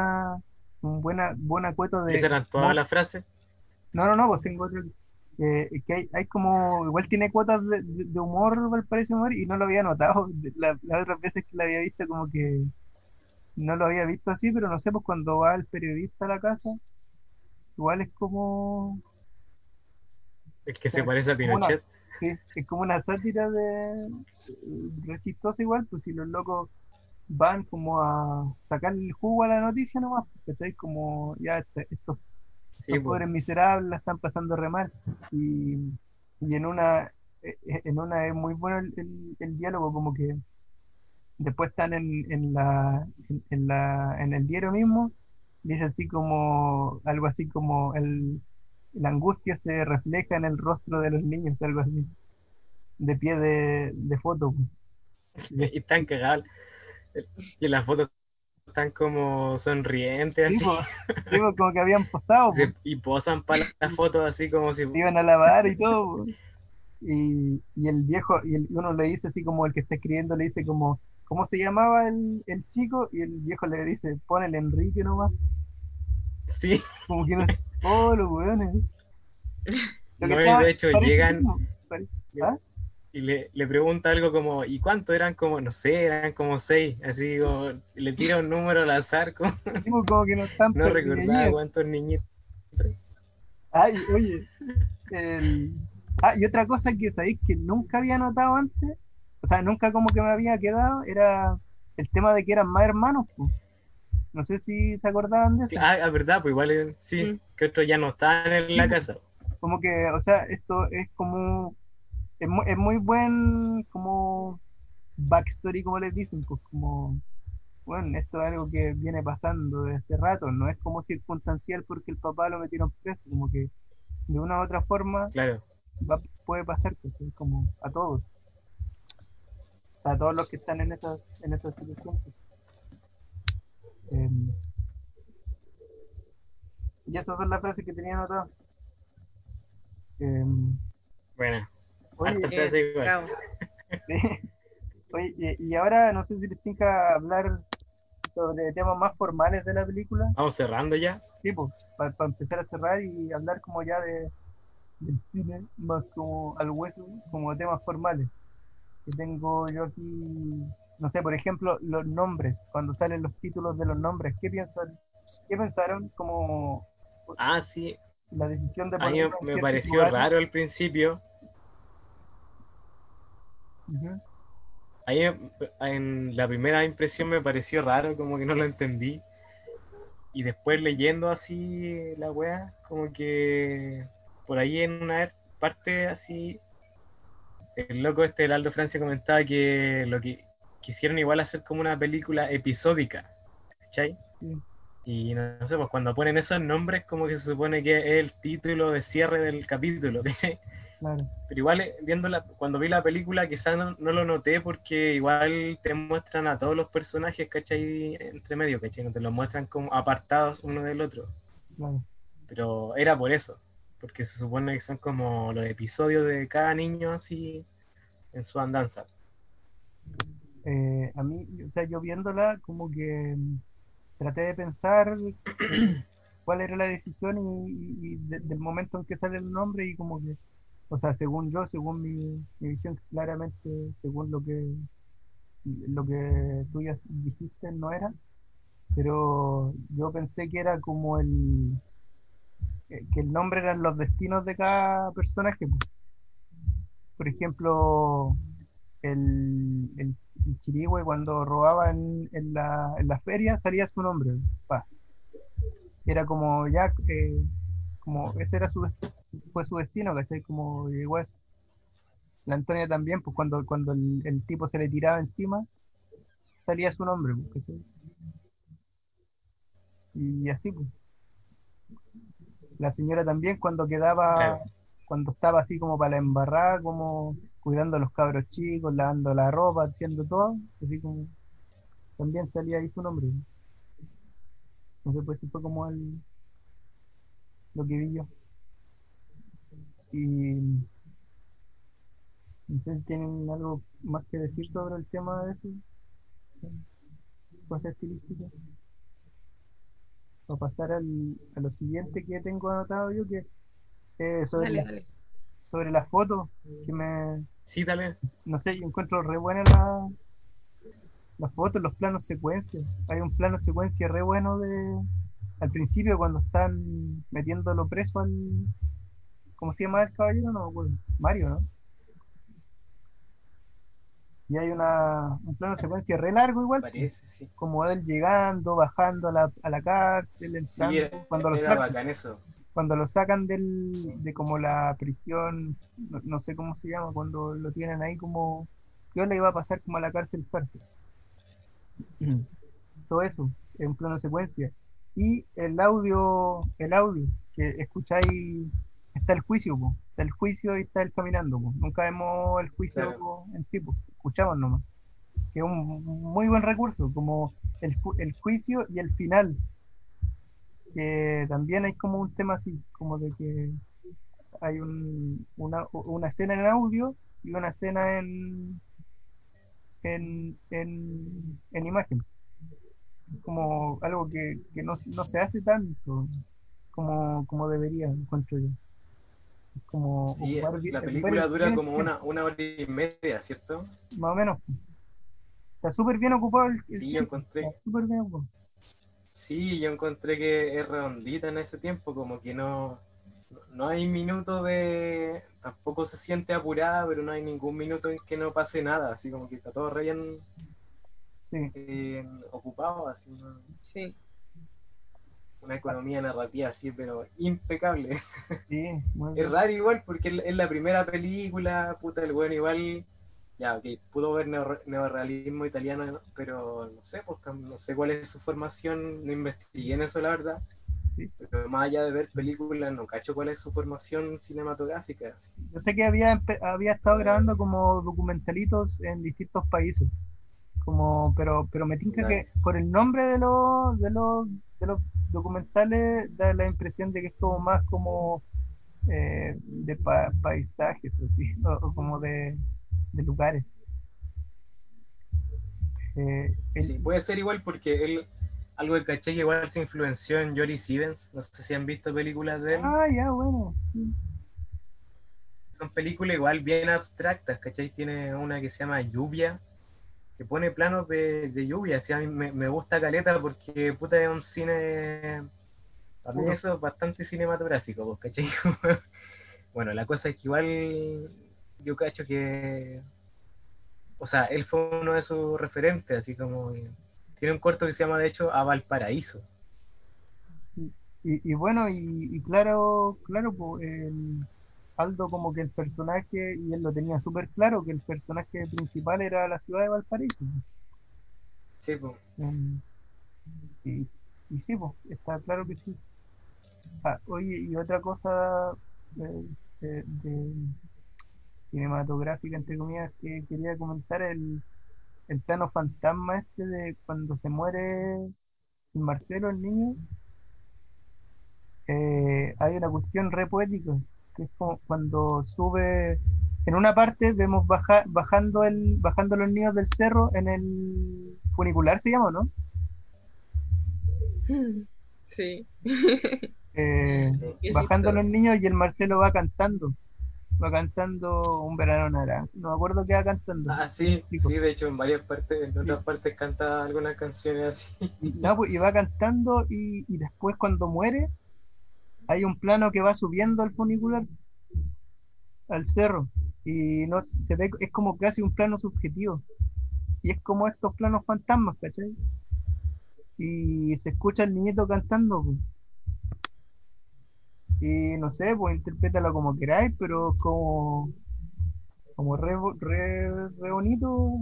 buena cuota ¿Esas de eran todas humor. las frases? No, pues tengo otro, que hay como, igual tiene cuotas de humor, Valparaíso Humor, y no lo había notado. Las otras veces que la había visto, como que no lo había visto así, pero no sé, pues cuando va el periodista a la casa, igual es como, El que se parece a como una, Pinochet. sí, es como una sátira re chistosa igual, pues si los locos van como a sacar el jugo a la noticia nomás, porque estoy como, ya Sí, estos pues. pobres miserables la están pasando re mal. Y, y en una es muy bueno el diálogo, como que después están en el diario mismo, dice así como, algo así como la angustia se refleja en el rostro de los niños, algo así, de pie de foto, pues. Y están cagados. Y en las fotos están como sonrientes, Sí, así. pues, sí, pues, como que habían posado, pues, Y posan para las fotos así como si. se iban a lavar y todo, pues. y el viejo, y uno le dice así como el que está escribiendo, le dice como, ¿cómo se llamaba el chico? Y el viejo le dice, pon el Enrique nomás, Sí, como que no, oh, los weones. Lo que no, y está, de hecho parece llegan mismo, ¿ah? y le pregunta algo como, ¿y cuánto eran? Como, no sé, eran como 6, así como, le tira un número al azar, como, Tipo, como que no están no perdidos. recordaba cuántos niñitos. Ay, oye, el... y otra cosa que sabéis que nunca había notado antes, o sea, nunca como que me había quedado, era el tema de que eran más hermanos, po. No sé si se acordaban de eso. Ah, verdad, pues igual, sí, Mm. que otros ya no estaban en Sí, la po. casa. Como que, o sea, esto es como, es muy buen como backstory, como les dicen, pues como, bueno, esto es algo que viene pasando desde hace rato, no es como circunstancial porque el papá lo metieron preso, como que de una u otra forma Claro, puede pasar, pues, es como a todos, o sea, a todos los que están en esas situaciones. Em, y esas son las frases que tenía anotadas. Em, bueno, harta oye, Bien, frase igual. bravo. oye, y ahora no sé si les tinca hablar sobre temas más formales de la película, Vamos cerrando ya. tipo, para empezar a cerrar y hablar como ya del cine, más como al hueso, como temas formales. Que tengo yo aquí, no sé, por ejemplo, los nombres, cuando salen los títulos de los nombres, qué pensaron como Ah, sí, la decisión de a mí ponerlos en me ciertos pareció lugares? raro al principio. Ujú, Ahí en la primera impresión me pareció raro, como que no lo entendí. Y después leyendo así la wea, como que por ahí en una parte así, el loco este del Aldo Francia comentaba que lo que quisieron igual hacer como una película episódica, ¿cachai? sí, Y no sé, pues cuando ponen esos nombres como que se supone que es el título de cierre del capítulo, ¿cachai? claro, Pero igual cuando vi la película quizás no lo noté porque igual te muestran a todos los personajes, ¿cachai? Entre medio, ¿cachai? No te los muestran como apartados uno del otro. claro. Pero era por eso, porque se supone que son como los episodios de cada niño así en su andanza. A mí, o sea, yo viéndola, como que traté de pensar cuál era la decisión del momento en que sale el nombre y como que, o sea, según yo, según mi visión, claramente, según lo que tú ya dijiste, no era, pero yo pensé que era como que el nombre eran los destinos de cada personaje, pues. Por ejemplo, el Chirigüe cuando robaba en la feria salía su nombre, pa. Era como ya, como ese era fue su destino, ¿cachai? Como llegó a la Antonia también, pues cuando el tipo se le tiraba encima, salía su nombre, pues, ¿cachai? Y así, pues. La señora también Claro, cuando estaba así como para la embarrada, como cuidando a los cabros chicos, lavando la ropa, haciendo todo, así como también salía ahí su nombre. No sé, pues sí fue como lo que vi yo. Y no sé si tienen algo más que decir sobre el tema de eso, cosas estilísticas. Para pasar a lo siguiente que tengo anotado yo, que es Dale, dale. sobre la foto, sí, tal. no sé, yo encuentro re buena las fotos, los planos secuencia. Hay un plano secuencia re bueno al principio cuando están metiéndolo preso ¿cómo se llama el caballero? No me acuerdo. Mario, ¿no? Y hay un plano secuencia re largo igual, pues, Parece, sí. como él llegando, bajando a la cárcel, Sí, entrando, era bacán eso. cuando lo sacan de como la prisión, no sé cómo se llama, cuando lo tienen ahí como, yo le iba a pasar como a la cárcel. Todo eso en plano secuencia. Y el audio que escucháis, está el juicio, po. Está el juicio y está el caminando, po. Nunca vemos el juicio Claro, en sí, po. Escuchamos nomás. Que es un muy buen recurso, como el juicio y el final, que también hay como un tema así, como de que hay una escena en audio y una escena en imagen. Como algo que no se hace tanto como debería, encuentro yo. Es como Sí, la ocupar película dura bien el como tiempo, una hora y media, ¿cierto? más o menos. Está súper bien ocupado el Sí, tiempo, está súper bien ocupado. yo encontré que es redondita en ese tiempo, como que no hay minuto de, tampoco se siente apurada, pero no hay ningún minuto en que no pase nada, así como que está todo re bien Sí, ocupado, así, Sí, una economía narrativa así, pero impecable. sí, muy Es bien. raro igual, porque es la primera película, puta, el bueno igual, ya, ok, pudo ver neorrealismo italiano, ¿no? Pero no sé, pues no sé cuál es su formación, no investigué en eso, la verdad. Sí. Pero más allá de ver películas, no cacho cuál es su formación cinematográfica. Así. Yo sé que había estado grabando como documentalitos en distintos países, pero me tinca Ya, que por el nombre de los documentales da la impresión de que es como más como de paisajes, así, o como de lugares. Eh, el- sí, puede ser igual porque él, algo que caché que igual se influenció en Jory Stevens, no sé si han visto películas de él, ya, bueno, sí, son películas igual bien abstractas, ¿cachai? Tiene una que se llama Lluvia, que pone planos de lluvia, así a mí me gusta caleta porque puta es un cine, a mí puro. eso es bastante cinematográfico, pues, ¿cachai? Bueno, la cosa es que igual yo cacho que, o sea, él fue uno de sus referentes, así como, tiene un corto que se llama de hecho A Valparaíso. Y bueno, y claro, claro, pues, Aldo como que el personaje, y él lo tenía súper claro, que el personaje principal era la ciudad de Valparaíso. Sí, pues. Em, y, y sí, pues, está claro que sí. Oye, y otra cosa de cinematográfica, entre comillas, que quería comentar, el plano fantasma este de cuando se muere el Marcelo, el niño, hay una cuestión re poética, que es como cuando sube, en una parte vemos bajando los niños del cerro en el funicular, se llama, ¿no? sí. Sí. Qué Bajando los chistoso. niños y el Marcelo va cantando Un verano naranja, no me acuerdo qué va cantando, Ah, sí, chico. sí, de hecho en varias partes, en Sí. otras partes canta algunas canciones así. No, pues, y va cantando y después cuando muere hay un plano que va subiendo al funicular, al cerro, y no se ve, es como casi un plano subjetivo. Y es como estos planos fantasmas, ¿cachai? Y se escucha el niñito cantando, pues. Y no sé, pues interprétalo como queráis, pero es como re bonito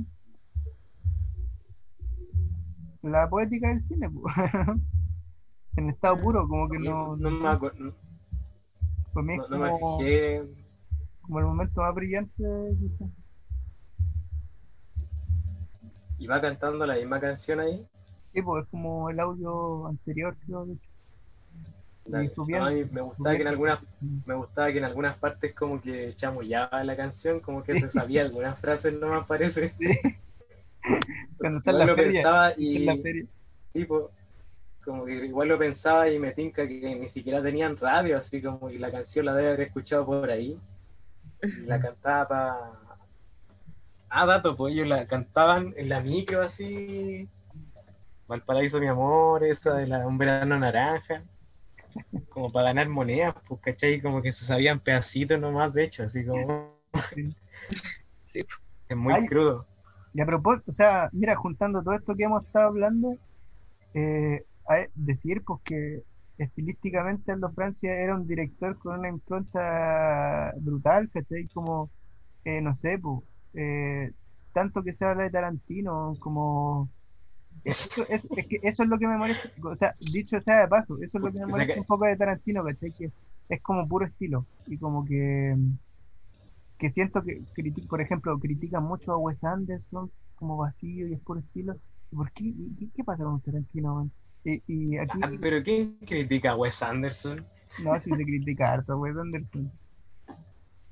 la poética del cine, pues. En estado puro, como que Sí, no, no no me sé, acuerdo, para mí es no me fijé. como el momento más brillante, quizá. Y va cantando la misma canción ahí. Sí, pues es como el audio anterior, creo, de hecho. Y No, a subiendo, mí me gustaba que en subiendo. algunas, me gustaba que en algunas partes como que chamullaba la canción, como que se sabía algunas frases nomás parece. Sí, cuando Porque está en igual la lo feria, pensaba está en la y feria. tipo, como que igual lo pensaba y me tinca que ni siquiera tenían radio, así como que la canción la debe haber escuchado por ahí y la cantaba para... Ah, dato, pues ellos la cantaban en la micro así, Valparaíso mi amor, esa de un verano naranja, como para ganar monedas, pues, ¿cachai? Como que se sabían pedacitos nomás, de hecho, así como Sí. Sí. es muy Ay, crudo. y a propósito, o sea, mira, juntando todo esto que hemos estado hablando, decir pues que estilísticamente Aldo Francia era un director con una impronta brutal, ¿cachai? Como, no sé, pues, tanto que se habla de Tarantino, como... es que eso es lo que me molesta, o sea, dicho sea de paso, eso es lo que me Porque molesta un poco de Tarantino, ¿cachai? Que es como puro estilo, y como que siento que, por ejemplo, critican mucho a Wes Anderson como vacío y es puro estilo. ¿Por qué? ¿Qué pasa con Tarantino, man? Y aquí, pero ¿quién critica a Wes Anderson? no, si se critica harto a Wes Anderson.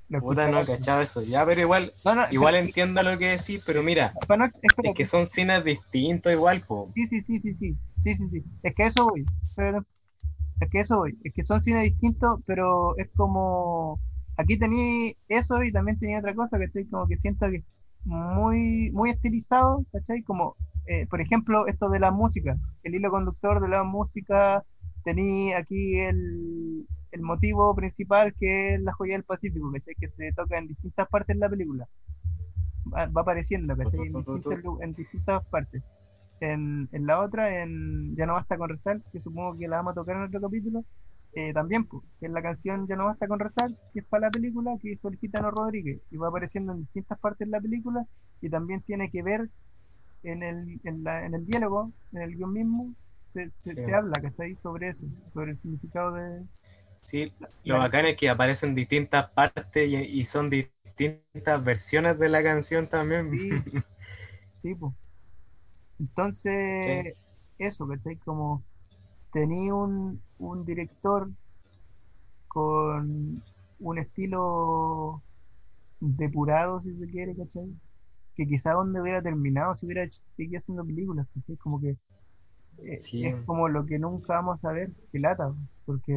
Lo Puta, no escucharás. cachaba eso. Ya, pero igual, No, no, igual entiendo lo que decís, pero mira, para no, es espérate. que son cines distintos igual, po. Sí, sí, sí, sí, sí, sí, sí, sí. Es que a eso voy. Pero es que eso voy. Es que son cines distintos, pero es como aquí tenía eso y también tenía otra cosa, ¿cachai? Como que siento que muy, muy estilizado, ¿cachai? Como, por ejemplo, esto de la música, el hilo conductor de la música, tenía aquí el motivo principal que es la joya del Pacífico, ¿cachai? Que se toca en distintas partes de la película. Va apareciendo, ¿cachai? En distintas partes. En la otra, en Ya no basta con rezar, que supongo que la vamos a tocar en otro capítulo, también, pues, que es la canción Ya no basta con rezar, que es para la película, que hizo el Gitano Rodríguez, y va apareciendo en distintas partes de la película, y también tiene que ver en el diálogo, en el guión mismo, Sí, se habla, que está ahí sobre eso, sobre el significado de sí, lo la bacán letra. es que aparecen distintas partes y son distintas versiones de la canción también. Sí, sí, pues. Sí, Entonces, eso, ¿cachai? Como tenía un director con un estilo depurado, si se quiere, ¿cachai? Que quizá donde hubiera terminado si hubiera seguido haciendo películas, ¿cachai? Como que sí. es como lo que nunca vamos a ver, que lata, porque,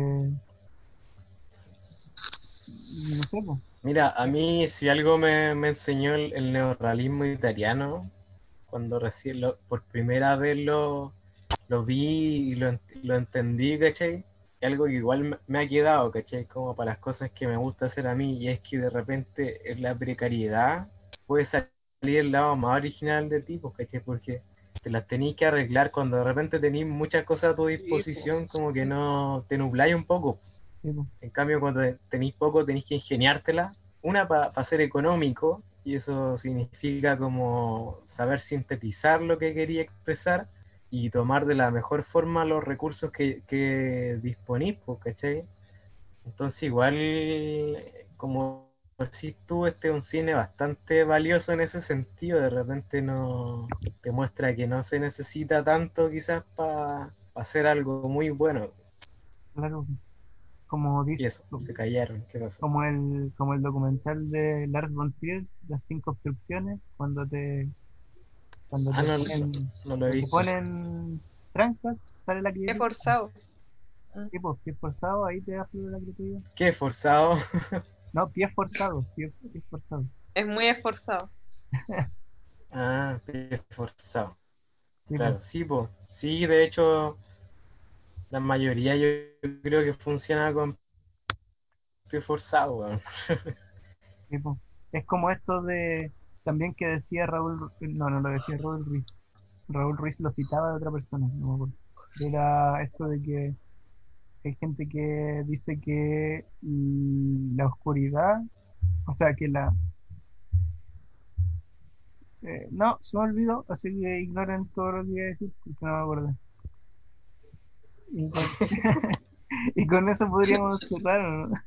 no sé, pues, Mira, a mí si algo me enseñó el neorrealismo italiano, cuando recién por primera vez lo vi y lo entendí, ¿cachai? Y algo que igual me ha quedado, ¿cachai? Como para las cosas que me gusta hacer a mí, y es que de repente en la precariedad puede salir el lado más original de ti, pues, ¿cachai? Porque te las tenéis que arreglar cuando de repente tenéis muchas cosas a tu Sí, disposición, como que no te nubláis un poco. sí, pues, En cambio, cuando tenéis poco, tenéis que ingeniártela. Una para ser económico, y eso significa como saber sintetizar lo que quería expresar y tomar de la mejor forma los recursos que disponís, pues, ¿cachai? Entonces, igual, como decís tú, este es un cine bastante valioso en ese sentido. De repente no te muestra que no se necesita tanto quizás para hacer algo muy bueno. claro, como Y dice, eso, se callaron. ¿Qué pasó? como el documental de Lars von Trier, Las cinco obstrucciones, Ah, no lo he cuando te visto. ponen trancas, sale la qué criatura. forzado. Tipo, pie forzado, ahí te da fluir la creatividad. Qué forzado. No, pie forzado. Es muy esforzado. Ah, qué forzado. Tipo, Claro, sí, po. Sí, de hecho, la mayoría yo creo que funciona con pie forzado, weón. tipo. Es como esto de también que decía no, no lo decía Raúl Ruiz. Raúl Ruiz lo citaba de otra persona, no me acuerdo. Era esto de que hay gente que dice que la oscuridad, o sea, que no, se me olvidó, así que ignoren todo lo que iba a decir porque no me acuerdo. Y con, y con eso podríamos cerrar, ¿o no?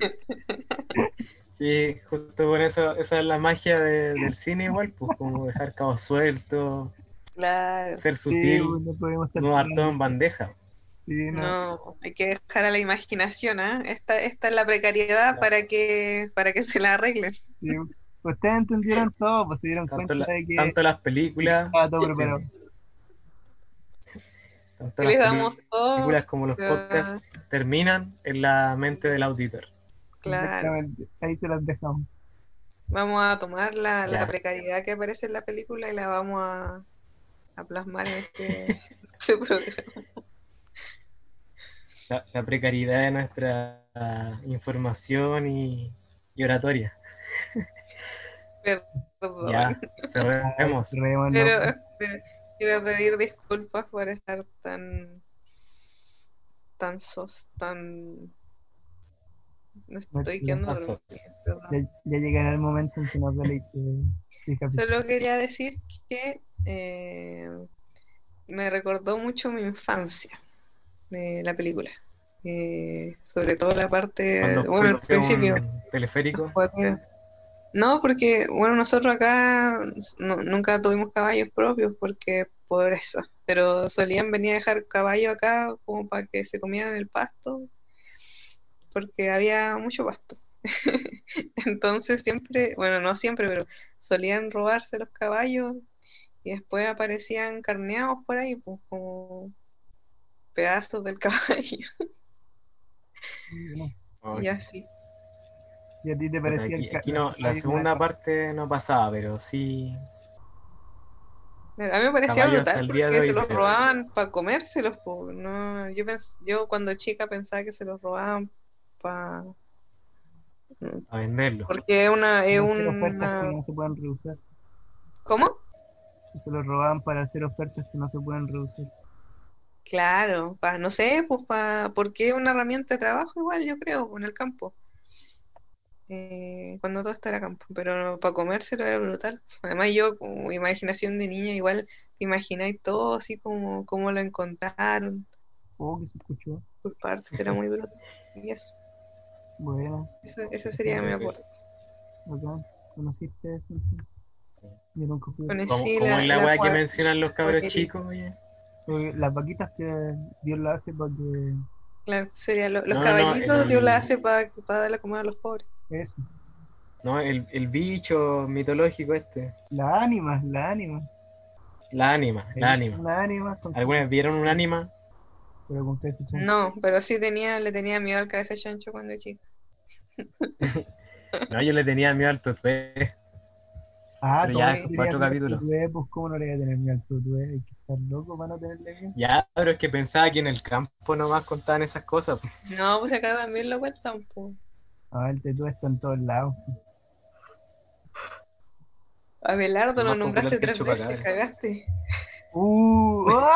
Sí, justo con eso, esa es la magia del cine igual, pues como dejar cabos sueltos, Claro. ser Sí, sutil, no podemos estar no dar todo cerrando. en bandeja. Sí, no. No, hay que dejar a la imaginación, ¿ah? Esta es la precariedad Claro. para que se la arreglen. Sí, ustedes entendieron todo, pues se dieron Tanto, cuenta de tanto las que películas, estaba todo sí, preparado. tanto Si las les damos todo, películas como los podcasts terminan en la mente del auditor. claro. Exactamente, ahí se las dejamos. Vamos a tomar la Ya, precariedad que aparece en la película y la vamos a plasmar en este programa. la precariedad de nuestra información y oratoria. Perdón. Ya, cerremos. Cerrémonos. Pero quiero pedir disculpas por estar tan. Me estoy Nuestro- quedando Tan dormida. socio. Ya, Perdón. ya llegará el momento en que nos deleite. Fíjate. Solo quería decir que me recordó mucho mi infancia la película. Sobre todo la parte, Cuando bueno, el fuiste a principio. un teleférico, No, porque, bueno, nosotros acá nunca tuvimos caballos propios porque pobreza, pero solían venir a dejar caballo acá como para que se comieran el pasto, porque había mucho pasto. Entonces siempre, bueno, no siempre, pero solían robarse los caballos y después aparecían carneados por ahí, pues como pedazos del caballo Bueno, y así. ¿y a ti te Puta, parecía aquí no, la segunda parte no pasaba, pero sí Pero a mí me parecía caballo brutal hasta el día de porque hoy. se los Pero robaban para comérselos, pues, no, yo cuando chica pensaba que se los robaban para... a venderlo. Porque es hacer ofertas que una... no se pueden reducir? ¿Cómo? Se los robaban para hacer ofertas que no se pueden reducir. Claro, no sé, pues porque es una herramienta de trabajo igual, yo creo, en el campo. Cuando todo esto era campo, pero para comérselo era brutal. Además yo, como imaginación de niña, igual te imagináis todo así como lo encontraron, Oh, que se escuchó. por parte, era muy brutal. Y eso, Bueno, ese sería mi aporte. acá conociste eso entonces. Yo nunca fui. Conocí Como es la la weá que mencionan los cabros guaquería. chicos, oye. Las vaquitas que Dios las hace para que Claro, sería los No, caballitos, Dios las hace para darle a comer a los pobres. eso. no, el bicho mitológico este. Las ánimas, las ánimas. La ánima. Las ánimas son ¿Algunas vieron un ánima? pero con qué se echan. No, pero sí le tenía miedo al cabeza de chancho cuando chica. No, yo le tenía miedo al tutué. Ah, Pero todos ya le esos tenían 4 miedo al capítulos. tutué, pues cómo no le voy a tener miedo al tutué, hay que estar loco para no tenerle miedo. Ya, pero es que pensaba que en el campo nomás contaban esas cosas. No, pues acá también lo cuentan, pues. Ah, el tutué está en todos lados. Abelardo Es lo más popular nombraste que el 3 veces, chupacabra. cagaste. ¡Ah!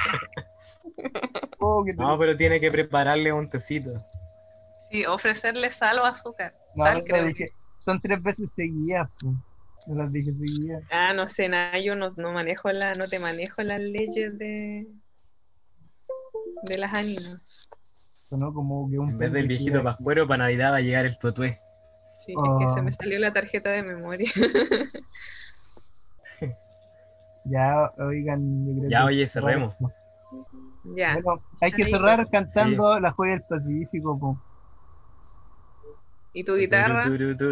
Oh, que No, pero tiene que prepararle un tecito. Sí, ofrecerle sal o azúcar. No, Sal, lo creo dije. que. Son 3 veces seguidas, pues. No las dije seguidas. Ah, no sé, nada, yo no manejo no te manejo las leyes de las ánimas. Sonó como que un En vez del perro viejito estuviera- pascuero, para Navidad va a llegar el tutué. Sí, es que se Oh. me salió la tarjeta de memoria. Ya, oigan, yo creo Ya, que- oye, cerremos. Ya. Bueno, hay que Chaito. cerrar cantando La Joya del Pacífico, po. ¿Y tu guitarra?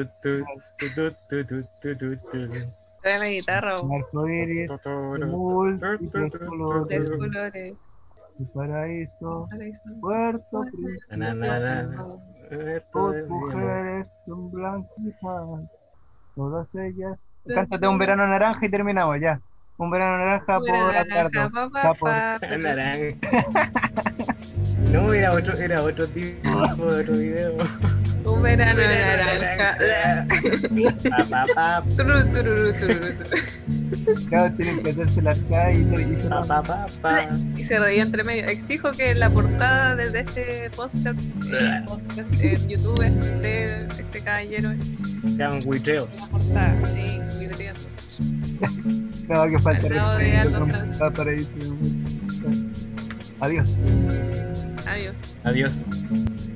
Trae la guitarra o Arcoíris de múltiples colores, 3 colores. el paraíso, Paraíso. Puerto Na, na, na, na. Tus mujeres son blanquitas, todas ellas. Cántate Un Verano Naranja y terminamos ya. Un Verano Naranja por Abelardo. Ya por- Naranja. No, era otro tipo, otro video. Un verano naranja. Pa, pa, Tururu, tururu, tururu, tururu. Claro, tienen que hacerse las caras y pa, pa, pa, pa. Y se reía entre medio. Exijo que la portada de este podcast, en YouTube de este caballero, Sea un buitreo. la portada, sí, vidriando. No, que falta Al lado de respeto Aldo con Franz. el paraíso. Adiós. Adiós. Adiós.